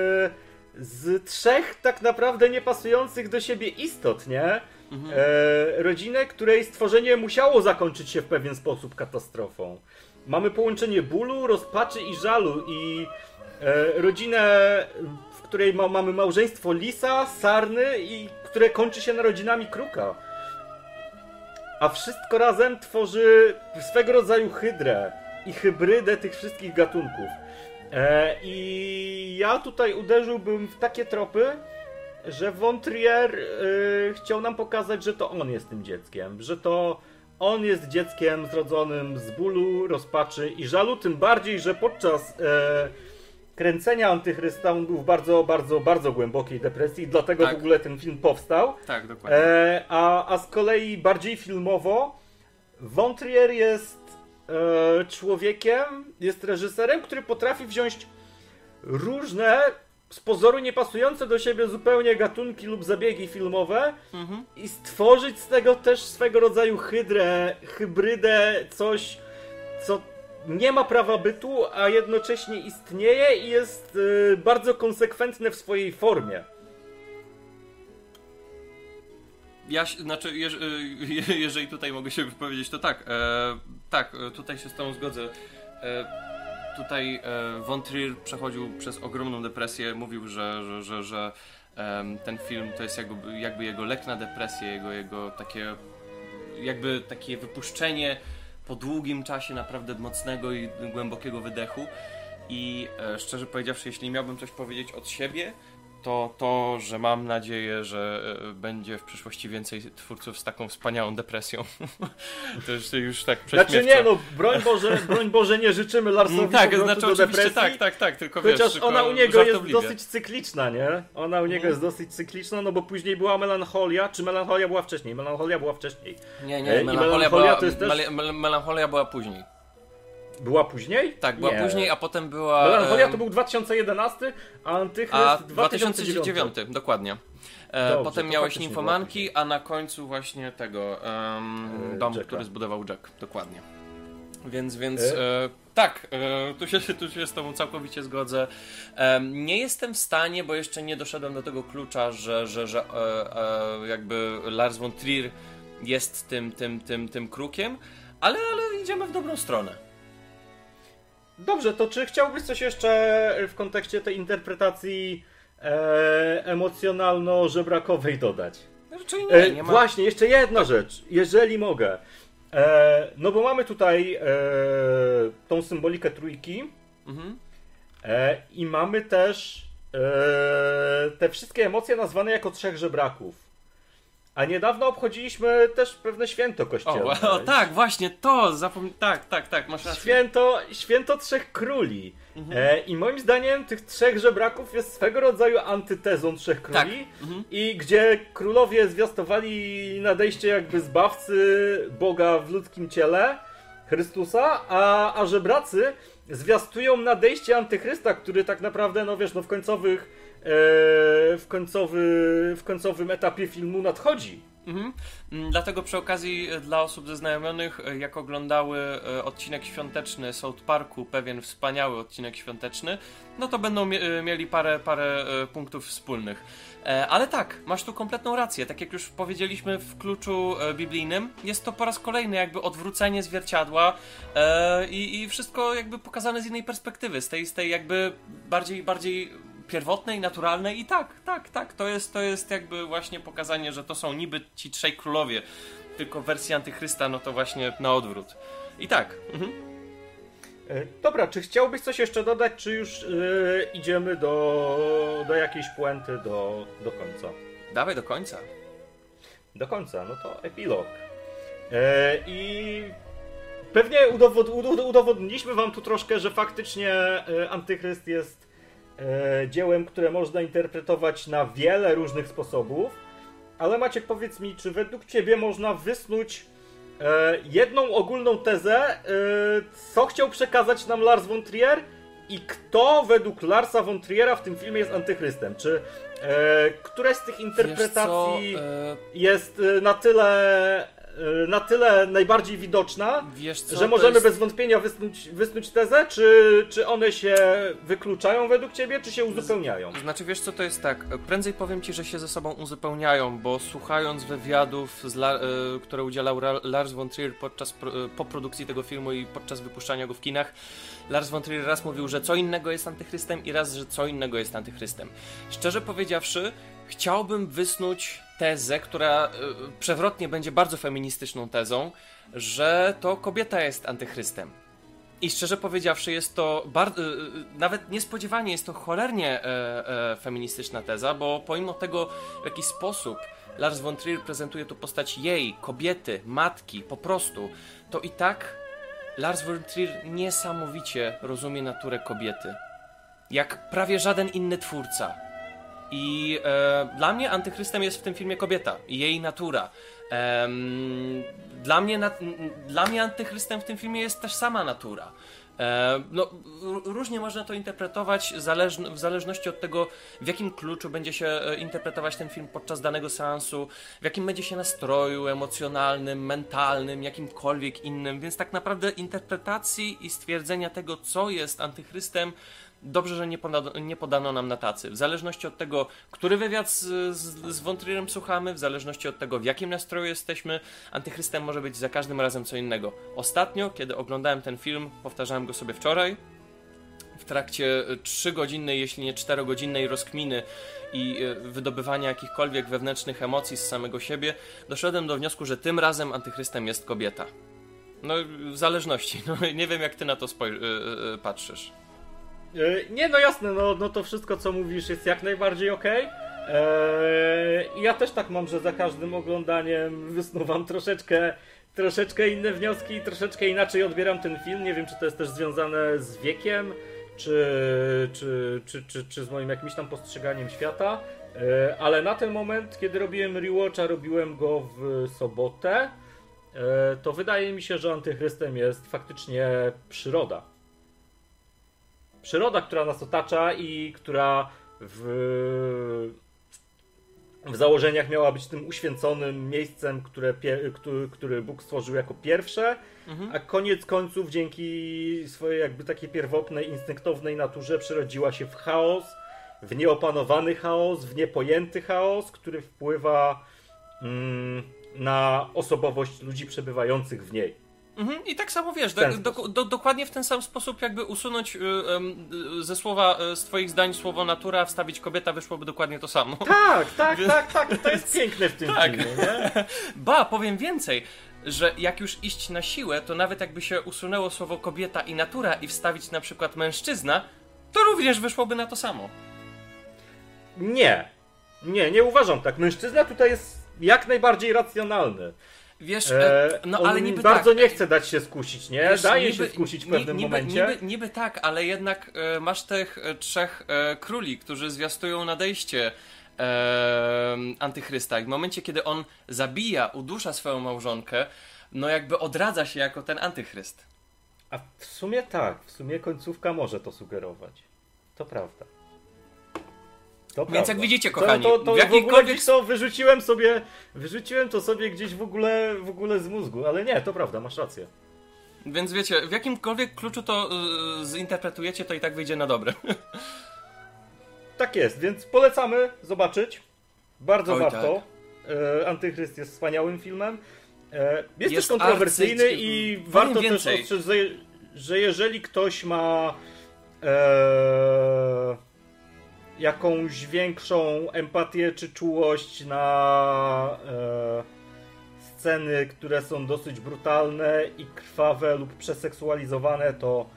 z trzech tak naprawdę niepasujących do siebie istot, nie? Mhm. Rodzinę, której stworzenie musiało zakończyć się w pewien sposób katastrofą. Mamy połączenie bólu, rozpaczy i żalu i rodzinę, w której ma, mamy małżeństwo lisa, sarny i które kończy się narodzinami kruka. A wszystko razem tworzy swego rodzaju hydrę i hybrydę tych wszystkich gatunków. E, I ja tutaj uderzyłbym w takie tropy, że Von Trier y, chciał nam pokazać, że to on jest tym dzieckiem, że to on jest dzieckiem zrodzonym z bólu, rozpaczy i żalu, tym bardziej, że podczas e, kręcenia Antychrysta on był w bardzo, bardzo, bardzo głębokiej depresji i dlatego tak. w ogóle ten film powstał. Tak, dokładnie. E, a, a z kolei bardziej filmowo Von Trier jest człowiekiem, jest reżyserem, który potrafi wziąć różne, z pozoru niepasujące do siebie zupełnie gatunki lub zabiegi filmowe mhm. i stworzyć z tego też swego rodzaju hydrę, hybrydę, coś, co nie ma prawa bytu, a jednocześnie istnieje i jest y, bardzo konsekwentne w swojej formie. Ja, znaczy, jeż, jeżeli tutaj mogę się wypowiedzieć, to tak, e, tak, tutaj się z tą zgodzę. E, tutaj e, Von Trier przechodził przez ogromną depresję, mówił, że, że, że, że e, ten film to jest jakby, jakby jego lek na depresję, jego, jego takie, jakby takie wypuszczenie po długim czasie naprawdę mocnego i głębokiego wydechu. I e, szczerze powiedziawszy, jeśli miałbym coś powiedzieć od siebie, to to, że mam nadzieję, że będzie w przyszłości więcej twórców z taką wspaniałą depresją. To już, już tak prześmiewczo. Znaczy nie, no broń Boże, broń Boże nie życzymy Larsowi tak, znaczy, do depresji. Tak, tak, tak, tylko chociaż wiesz, ona u niego jest dosyć cykliczna, nie? Ona u niego mhm. jest dosyć cykliczna, no bo później była melancholia, czy melancholia była wcześniej? Melancholia była wcześniej. Nie, nie, melancholia, melancholia, była, to jest też... melancholia była później. Była później? Tak, była nie. później, a potem była... Melancholia to był dwa tysiące jedenasty, a Antychryst dwa tysiące dziewiąty. Dokładnie. E, Dobrze, potem miałeś Nimfomanki, a na końcu właśnie tego um, dom, Jacka. Który zbudował Jack. Dokładnie. Więc, więc e? E, tak, e, tu, się, tu się z tobą całkowicie zgodzę. E, nie jestem w stanie, bo jeszcze nie doszedłem do tego klucza, że, że, że e, e, jakby Lars von Trier jest tym, tym, tym, tym krukiem, ale, ale idziemy w dobrą stronę. Dobrze, to czy chciałbyś coś jeszcze w kontekście tej interpretacji e, emocjonalno-żebrakowej dodać? Raczej nie, nie e, ma... Właśnie, jeszcze jedna rzecz, jeżeli mogę. E, no bo mamy tutaj e, tą symbolikę trójki mhm. e, i mamy też e, te wszystkie emocje nazwane jako trzech żebraków. A niedawno obchodziliśmy też pewne święto kościelne. O, o tak, właśnie to, zapom... tak, tak, tak, masz rację. Święto, święto Trzech Króli. Mhm. E, I moim zdaniem tych trzech żebraków jest swego rodzaju antytezą Trzech Króli. Tak. Mhm. I gdzie królowie zwiastowali nadejście jakby zbawcy Boga w ludzkim ciele, Chrystusa, a, a żebracy zwiastują nadejście Antychrysta, który tak naprawdę, no wiesz, no w końcowych w, końcowy, w końcowym etapie filmu nadchodzi. Mhm. Dlatego przy okazji dla osób zaznajomionych, jak oglądały odcinek świąteczny South Parku, pewien wspaniały odcinek świąteczny, no to będą mie- mieli parę, parę punktów wspólnych. Ale tak, masz tu kompletną rację. Tak jak już powiedzieliśmy w kluczu biblijnym, jest to po raz kolejny jakby odwrócenie zwierciadła i, i wszystko jakby pokazane z innej perspektywy, z tej, z tej jakby bardziej, bardziej pierwotnej, naturalnej i tak, tak, tak, to jest, to jest jakby właśnie pokazanie, że to są niby ci trzej królowie, tylko w wersji Antychrysta, no to właśnie na odwrót. I tak. Mhm. Dobra, czy chciałbyś coś jeszcze dodać, czy już yy, idziemy do, do jakiejś puenty, do, do końca? Dawaj do końca. Do końca, no to epilog. Yy, I pewnie udowod, udowodniliśmy wam tu troszkę, że faktycznie yy, Antychryst jest yy, dziełem, które można interpretować na wiele różnych sposobów. Ale Maciek, powiedz mi, czy według ciebie można wysnuć E, jedną ogólną tezę, e, co chciał przekazać nam Lars von Trier i kto według Larsa von Triera w tym filmie jest Antychrystem? Czy e, któraś z tych interpretacji e... jest na tyle, e, na tyle najbardziej widoczna, co, że możemy jest... bez wątpienia wysnuć, wysnuć tezę? Czy, czy one się wykluczają według ciebie, czy się uzupełniają? Znaczy, wiesz co, to jest tak, prędzej powiem ci, że się ze sobą uzupełniają, bo słuchając wywiadów, z La- y, które udzielał Ra- Lars von Trier podczas pro- y, poprodukcji tego filmu i podczas wypuszczania go w kinach, Lars von Trier raz mówił, że co innego jest Antychrystem i raz, że co innego jest Antychrystem. Szczerze powiedziawszy, chciałbym wysnuć tezę, która y, przewrotnie będzie bardzo feministyczną tezą, że to kobieta jest Antychrystem. I szczerze powiedziawszy, jest to bardzo, nawet niespodziewanie jest to cholernie e, e, feministyczna teza, bo pomimo tego, w jaki sposób Lars von Trier prezentuje tu postać jej, kobiety, matki, po prostu, to i tak Lars von Trier niesamowicie rozumie naturę kobiety. Jak prawie żaden inny twórca. I e, dla mnie Antychrystem jest w tym filmie kobieta i jej natura. Um, dla, mnie na, dla mnie Antychrystem w tym filmie jest też sama natura. E, no, r- różnie można to interpretować zależn- w zależności od tego, w jakim kluczu będzie się interpretować ten film podczas danego seansu, w jakim będzie się nastroju emocjonalnym, mentalnym, jakimkolwiek innym, więc tak naprawdę interpretacji i stwierdzenia tego, co jest Antychrystem, dobrze, że nie podano, nie podano nam na tacy. W zależności od tego, który wywiad z, z, z von Trierem słuchamy, w zależności od tego, w jakim nastroju jesteśmy, Antychrystem może być za każdym razem co innego. Ostatnio, kiedy oglądałem ten film, powtarzałem go sobie wczoraj, w trakcie trzygodzinnej, jeśli nie czterogodzinnej rozkminy i wydobywania jakichkolwiek wewnętrznych emocji z samego siebie, doszedłem do wniosku, że tym razem Antychrystem jest kobieta. No, w zależności. No, nie wiem, jak ty na to spoj- yy, patrzysz. Nie, no jasne, no, no to wszystko, co mówisz, jest jak najbardziej okej. Eee, ja też tak mam, że za każdym oglądaniem wysnuwam troszeczkę, troszeczkę inne wnioski i troszeczkę inaczej odbieram ten film. Nie wiem, czy to jest też związane z wiekiem, czy, czy, czy, czy, czy z moim jakimś tam postrzeganiem świata. Eee, ale na ten moment, kiedy robiłem rewatcha, robiłem go w sobotę, eee, to wydaje mi się, że Antychrystem jest faktycznie przyroda. Przyroda, która nas otacza i która w, w założeniach miała być tym uświęconym miejscem, które, który, który Bóg stworzył jako pierwsze, mhm. a koniec końców dzięki swojej jakby takiej pierwotnej, instynktownej naturze przerodziła się w chaos, w nieopanowany chaos, w niepojęty chaos, który wpływa mm, na osobowość ludzi przebywających w niej. Mhm, i tak samo wiesz, do, do, do, dokładnie w ten sam sposób jakby usunąć y, y, ze słowa, y, z twoich zdań słowo natura, wstawić kobieta, wyszłoby dokładnie to samo. Tak, tak, Więc... tak, tak, to jest piękne w tym tak. filmie, nie? Ba, powiem więcej, że jak już iść na siłę, to nawet jakby się usunęło słowo kobieta i natura i wstawić na przykład mężczyzna, to również wyszłoby na to samo. Nie, nie, nie uważam tak. Mężczyzna tutaj jest jak najbardziej racjonalny. Wiesz, e, no on ale niby bardzo tak. nie chce dać się skusić, nie? Wiesz, Daje niby, się skusić w pewnym niby, momencie. Niby, niby tak, ale jednak e, masz tych e, trzech e, króli, którzy zwiastują nadejście e, Antychrysta. I w momencie, kiedy on zabija, udusza swoją małżonkę, no jakby odradza się jako ten Antychryst. A w sumie tak, w sumie końcówka może to sugerować. To prawda. To Więc jak widzicie, kochani, to, to, to w jakikolwiek... w ogóle gdzieś to wyrzuciłem sobie, wyrzuciłem to sobie gdzieś w ogóle, w ogóle z mózgu, ale nie, to prawda, masz rację. Więc wiecie, w jakimkolwiek kluczu to yy, zinterpretujecie, to i tak wyjdzie na dobre. Tak jest, więc polecamy zobaczyć. Bardzo Oj, warto. tak. E, Antychryst jest wspaniałym filmem. E, jest, Jest też kontrowersyjny arcy... i Powiem warto więcej. też ostrzec, że, że jeżeli ktoś ma e, jakąś większą empatię czy czułość na e, sceny, które są dosyć brutalne i krwawe lub przeseksualizowane, to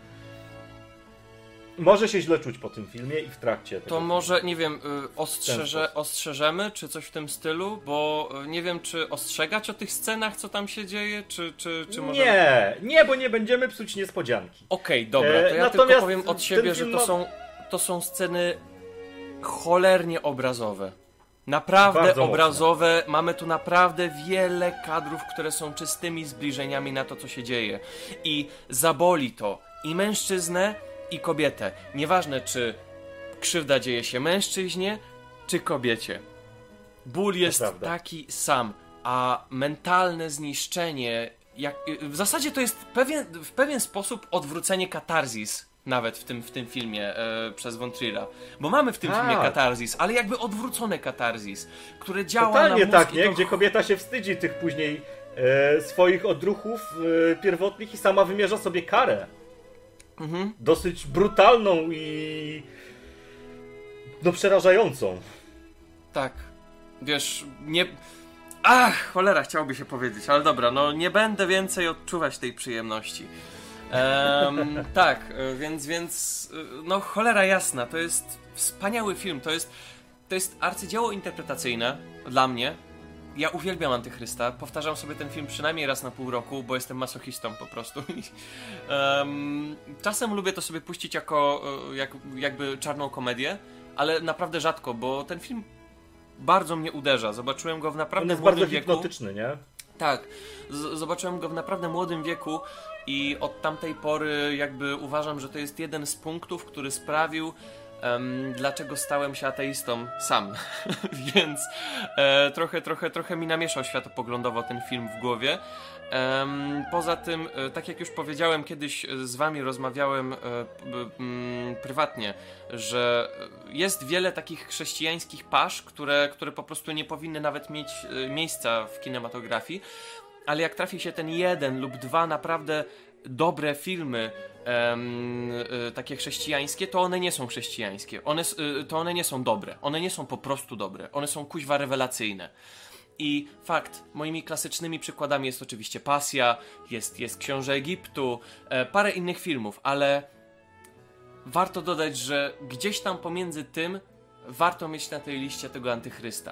może się źle czuć po tym filmie i w trakcie. To może, nie wiem, ostrzeże, ostrzeżemy, czy coś w tym stylu, bo nie wiem, czy ostrzegać o tych scenach, co tam się dzieje, czy, czy, czy może... Nie, nie, bo nie będziemy psuć niespodzianki. Okej, okay, dobra, to ja e, tylko powiem od siebie, że to ma... są, to są sceny cholernie obrazowe. Naprawdę Bardzo obrazowe. Mocno. Mamy tu naprawdę wiele kadrów, które są czystymi zbliżeniami na to, co się dzieje. I zaboli to i mężczyznę, i kobietę. Nieważne, czy krzywda dzieje się mężczyźnie, czy kobiecie. Ból jest taki sam, a mentalne zniszczenie, jak, w zasadzie to jest pewien, w pewien sposób odwrócenie katarzis, nawet w tym, w tym filmie e, przez Von Trier'a. Bo mamy w tym tak. filmie katarzis, ale jakby odwrócone katarzis, które działa Totalnie na mózg tak, nie? to... Gdzie kobieta się wstydzi tych później e, swoich odruchów e, pierwotnych i sama wymierza sobie karę. Mhm. Dosyć brutalną i no przerażającą. Tak. Wiesz, nie... Ach, cholera, chciałoby się powiedzieć, ale dobra, no nie będę więcej odczuwać tej przyjemności. Um, tak, więc, więc, no cholera jasna, to jest wspaniały film, to jest, to jest arcydzieło interpretacyjne dla mnie. Ja uwielbiam Antychrysta, powtarzam sobie ten film przynajmniej raz na pół roku, bo jestem masochistą po prostu. um, czasem lubię to sobie puścić jako jak, jakby czarną komedię, ale naprawdę rzadko, bo ten film bardzo mnie uderza. Zobaczyłem go w naprawdę On jest młodym bardzo wieku. hipnotyczny, nie? Tak, Z- zobaczyłem go w naprawdę młodym wieku i od tamtej pory jakby uważam, że to jest jeden z punktów, który sprawił, Um, dlaczego stałem się ateistą sam. Więc e, trochę, trochę, trochę mi namieszał światopoglądowo ten film w głowie. Um, poza tym, e, tak jak już powiedziałem, kiedyś z wami rozmawiałem e, b, m, prywatnie, że jest wiele takich chrześcijańskich pasz, które, które po prostu nie powinny nawet mieć e, miejsca w kinematografii, ale jak trafi się ten jeden lub dwa naprawdę dobre filmy, Um, y, takie chrześcijańskie, to one nie są chrześcijańskie. One, y, to one nie są dobre. One nie są po prostu dobre. One są kuźwa rewelacyjne. I fakt, moimi klasycznymi przykładami jest oczywiście Pasja, jest, jest Książę Egiptu, e, parę innych filmów, ale warto dodać, że gdzieś tam pomiędzy tym warto mieć na tej liście tego Antychrysta.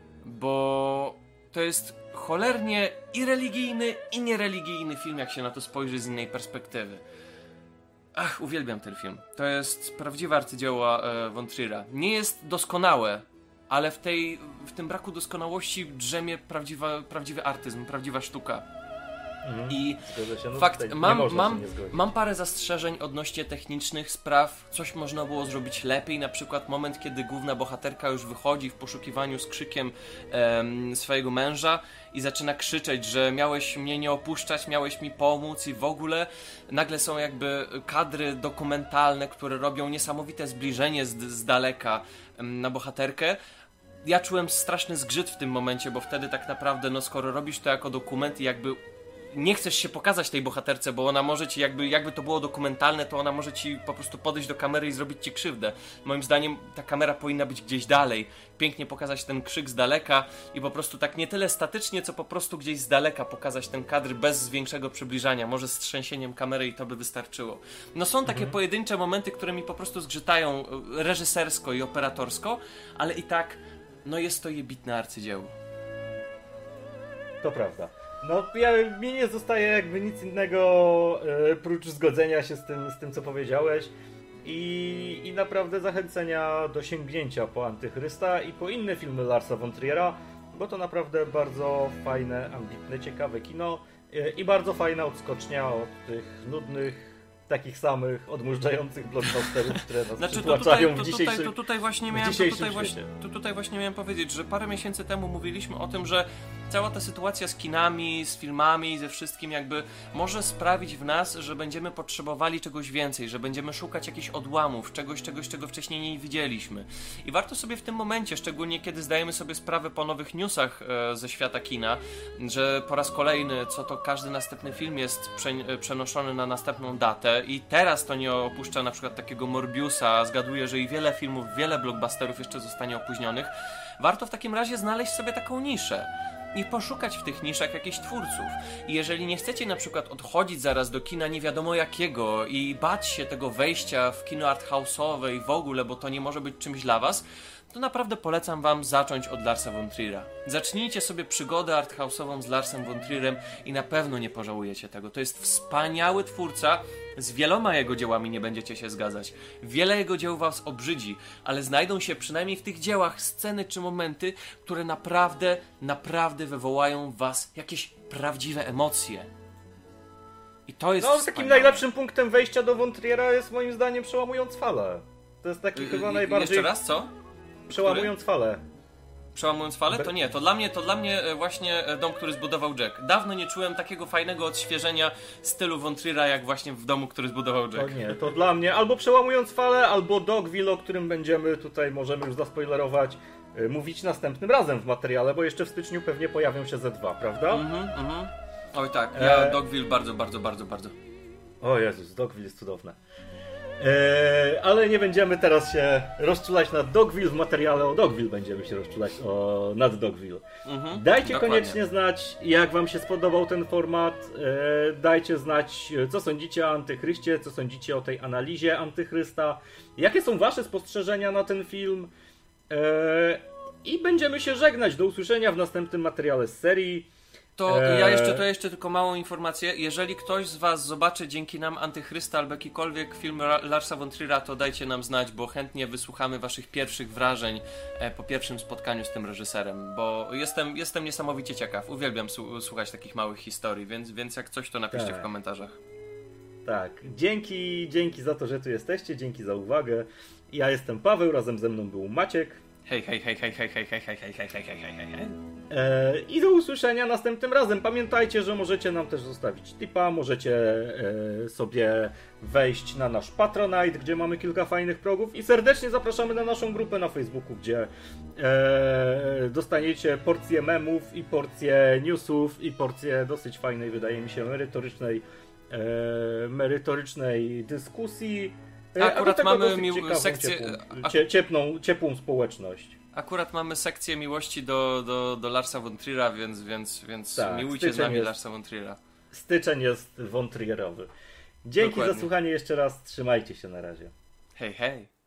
Bo to jest cholernie i religijny, i niereligijny film, jak się na to spojrzy z innej perspektywy. Ach, uwielbiam ten film. To jest prawdziwe arcydzieło e, Von Trier'a. Nie jest doskonałe, ale w, tej, w tym braku doskonałości drzemie prawdziwa, prawdziwy artyzm, prawdziwa sztuka. Mhm. I no, fakt, mam, mam, mam parę zastrzeżeń odnośnie technicznych spraw. Coś można było zrobić lepiej, na przykład moment, kiedy główna bohaterka już wychodzi w poszukiwaniu z krzykiem em, swojego męża i zaczyna krzyczeć, że miałeś mnie nie opuszczać, miałeś mi pomóc i w ogóle nagle są jakby kadry dokumentalne, które robią niesamowite zbliżenie z, z daleka em, na bohaterkę. Ja czułem straszny zgrzyt w tym momencie, bo wtedy tak naprawdę, no skoro robisz to jako dokument i jakby nie chcesz się pokazać tej bohaterce, bo ona może ci, jakby, jakby to było dokumentalne, to ona może ci po prostu podejść do kamery i zrobić ci krzywdę. Moim zdaniem ta kamera powinna być gdzieś dalej, pięknie pokazać ten krzyk z daleka i po prostu tak nie tyle statycznie, co po prostu gdzieś z daleka pokazać ten kadr bez większego przybliżania, może z trzęsieniem kamery i to by wystarczyło. No są takie mhm. pojedyncze momenty, które mi po prostu zgrzytają reżysersko i operatorsko, ale i tak, no jest to jebitne arcydzieło. To prawda. No, ja, mi nie zostaje jakby nic innego e, prócz zgodzenia się z tym, z tym co powiedziałeś i, i naprawdę zachęcenia do sięgnięcia po Antychrysta i po inne filmy Larsa von Trier'a, bo to naprawdę bardzo fajne, ambitne, ciekawe kino e, i bardzo fajna odskocznia od tych nudnych takich samych odmurzających blockbusterów, które nas znaczy, przytłaczają to tutaj, w to dzisiejszym tutaj, to tutaj właśnie miałem, to tutaj właśnie, to tutaj właśnie miałem powiedzieć, że parę miesięcy temu mówiliśmy o tym, że cała ta sytuacja z kinami, z filmami, ze wszystkim jakby może sprawić w nas, że będziemy potrzebowali czegoś więcej, że będziemy szukać jakichś odłamów, czegoś, czegoś, czego wcześniej nie widzieliśmy. I warto sobie w tym momencie, szczególnie kiedy zdajemy sobie sprawę po nowych newsach e, ze świata kina, że po raz kolejny, co to każdy następny film jest prze, e, przenoszony na następną datę i teraz to nie opuszcza na przykład takiego Morbiusa, zgaduję, że i wiele filmów, wiele blockbusterów jeszcze zostanie opóźnionych. Warto w takim razie znaleźć sobie taką niszę i poszukać w tych niszach jakichś twórców. I jeżeli nie chcecie na przykład odchodzić zaraz do kina nie wiadomo jakiego i bać się tego wejścia w kino arthouse'owe i w ogóle, bo to nie może być czymś dla was, to naprawdę polecam wam zacząć od Larsa von Trier'a. Zacznijcie sobie przygodę arthouse'ową z Larsem von Trierem i na pewno nie pożałujecie tego. To jest wspaniały twórca, z wieloma jego dziełami nie będziecie się zgadzać. Wiele jego dzieł was obrzydzi, ale znajdą się przynajmniej w tych dziełach sceny czy momenty, które naprawdę, naprawdę wywołają w was jakieś prawdziwe emocje. I to jest No, wspaniałe. takim najlepszym punktem wejścia do von Triera jest moim zdaniem Przełamując falę. To jest taki Y- chyba y- najbardziej... Jeszcze raz, co? Przełamując falę. Przełamując falę? To nie, to dla mnie, to dla mnie e, właśnie e, dom, który zbudował Jack. Dawno nie czułem takiego fajnego odświeżenia stylu von Triera, jak właśnie w domu, który zbudował Jack. To nie, to dla mnie albo Przełamując falę, albo Dogville, o którym będziemy tutaj, możemy już zaspoilerować, y, mówić następnym razem w materiale, bo jeszcze w styczniu pewnie pojawią się ze dwa, prawda? Mhm, mhm. Oj tak, ja E... Dogville bardzo, bardzo, bardzo, bardzo. O Jezus, Dogville jest cudowne. Eee, ale nie będziemy teraz się rozczulać nad Dogville, w materiale o Dogville będziemy się rozczulać o, nad Dogville. Mhm, dajcie dokładnie. koniecznie znać, jak wam się spodobał ten format. Eee, dajcie znać, co sądzicie o Antychryście, co sądzicie o tej analizie Antychrysta, jakie są wasze spostrzeżenia na ten film. Eee, I będziemy się żegnać. Do usłyszenia w następnym materiale z serii. To ja Eee. jeszcze, to jeszcze tylko małą informację. Jeżeli ktoś z was zobaczy dzięki nam Antychrysta albo jakikolwiek film Ra- Larsa von Triera, to dajcie nam znać, bo chętnie wysłuchamy waszych pierwszych wrażeń e, po pierwszym spotkaniu z tym reżyserem, bo jestem, jestem niesamowicie ciekaw. Uwielbiam su- słuchać takich małych historii, więc, więc jak coś, to napiszcie Tak. w komentarzach. Tak, dzięki, dzięki za to, że tu jesteście, dzięki za uwagę. Ja jestem Paweł, razem ze mną był Maciek. Hej, hej, hej, hej, hej, hej, hej, hej, hej, hej, hej, hej, hej, hej. E, I do usłyszenia następnym razem. Pamiętajcie, że możecie nam też zostawić tipa, możecie e, sobie wejść na nasz Patronite, gdzie mamy kilka fajnych progów i serdecznie zapraszamy na naszą grupę na Facebooku, gdzie e, dostaniecie porcję memów i porcję newsów i porcję dosyć fajnej, wydaje mi się, merytorycznej, e, merytorycznej dyskusji. E, Akurat a do tego mamy dosyć mił- ciekawą, sekcję- ciepłą, cie, ciepłą, ciepłą społeczność. Akurat mamy sekcję miłości do, do, do Larsa von Triera, więc, więc, więc Tak, miłujcie z styczeń nami jest- Larsa von Triera. Styczeń jest von Trierowy. Dzięki Dokładnie. za słuchanie jeszcze raz. Trzymajcie się na razie. Hej, hej.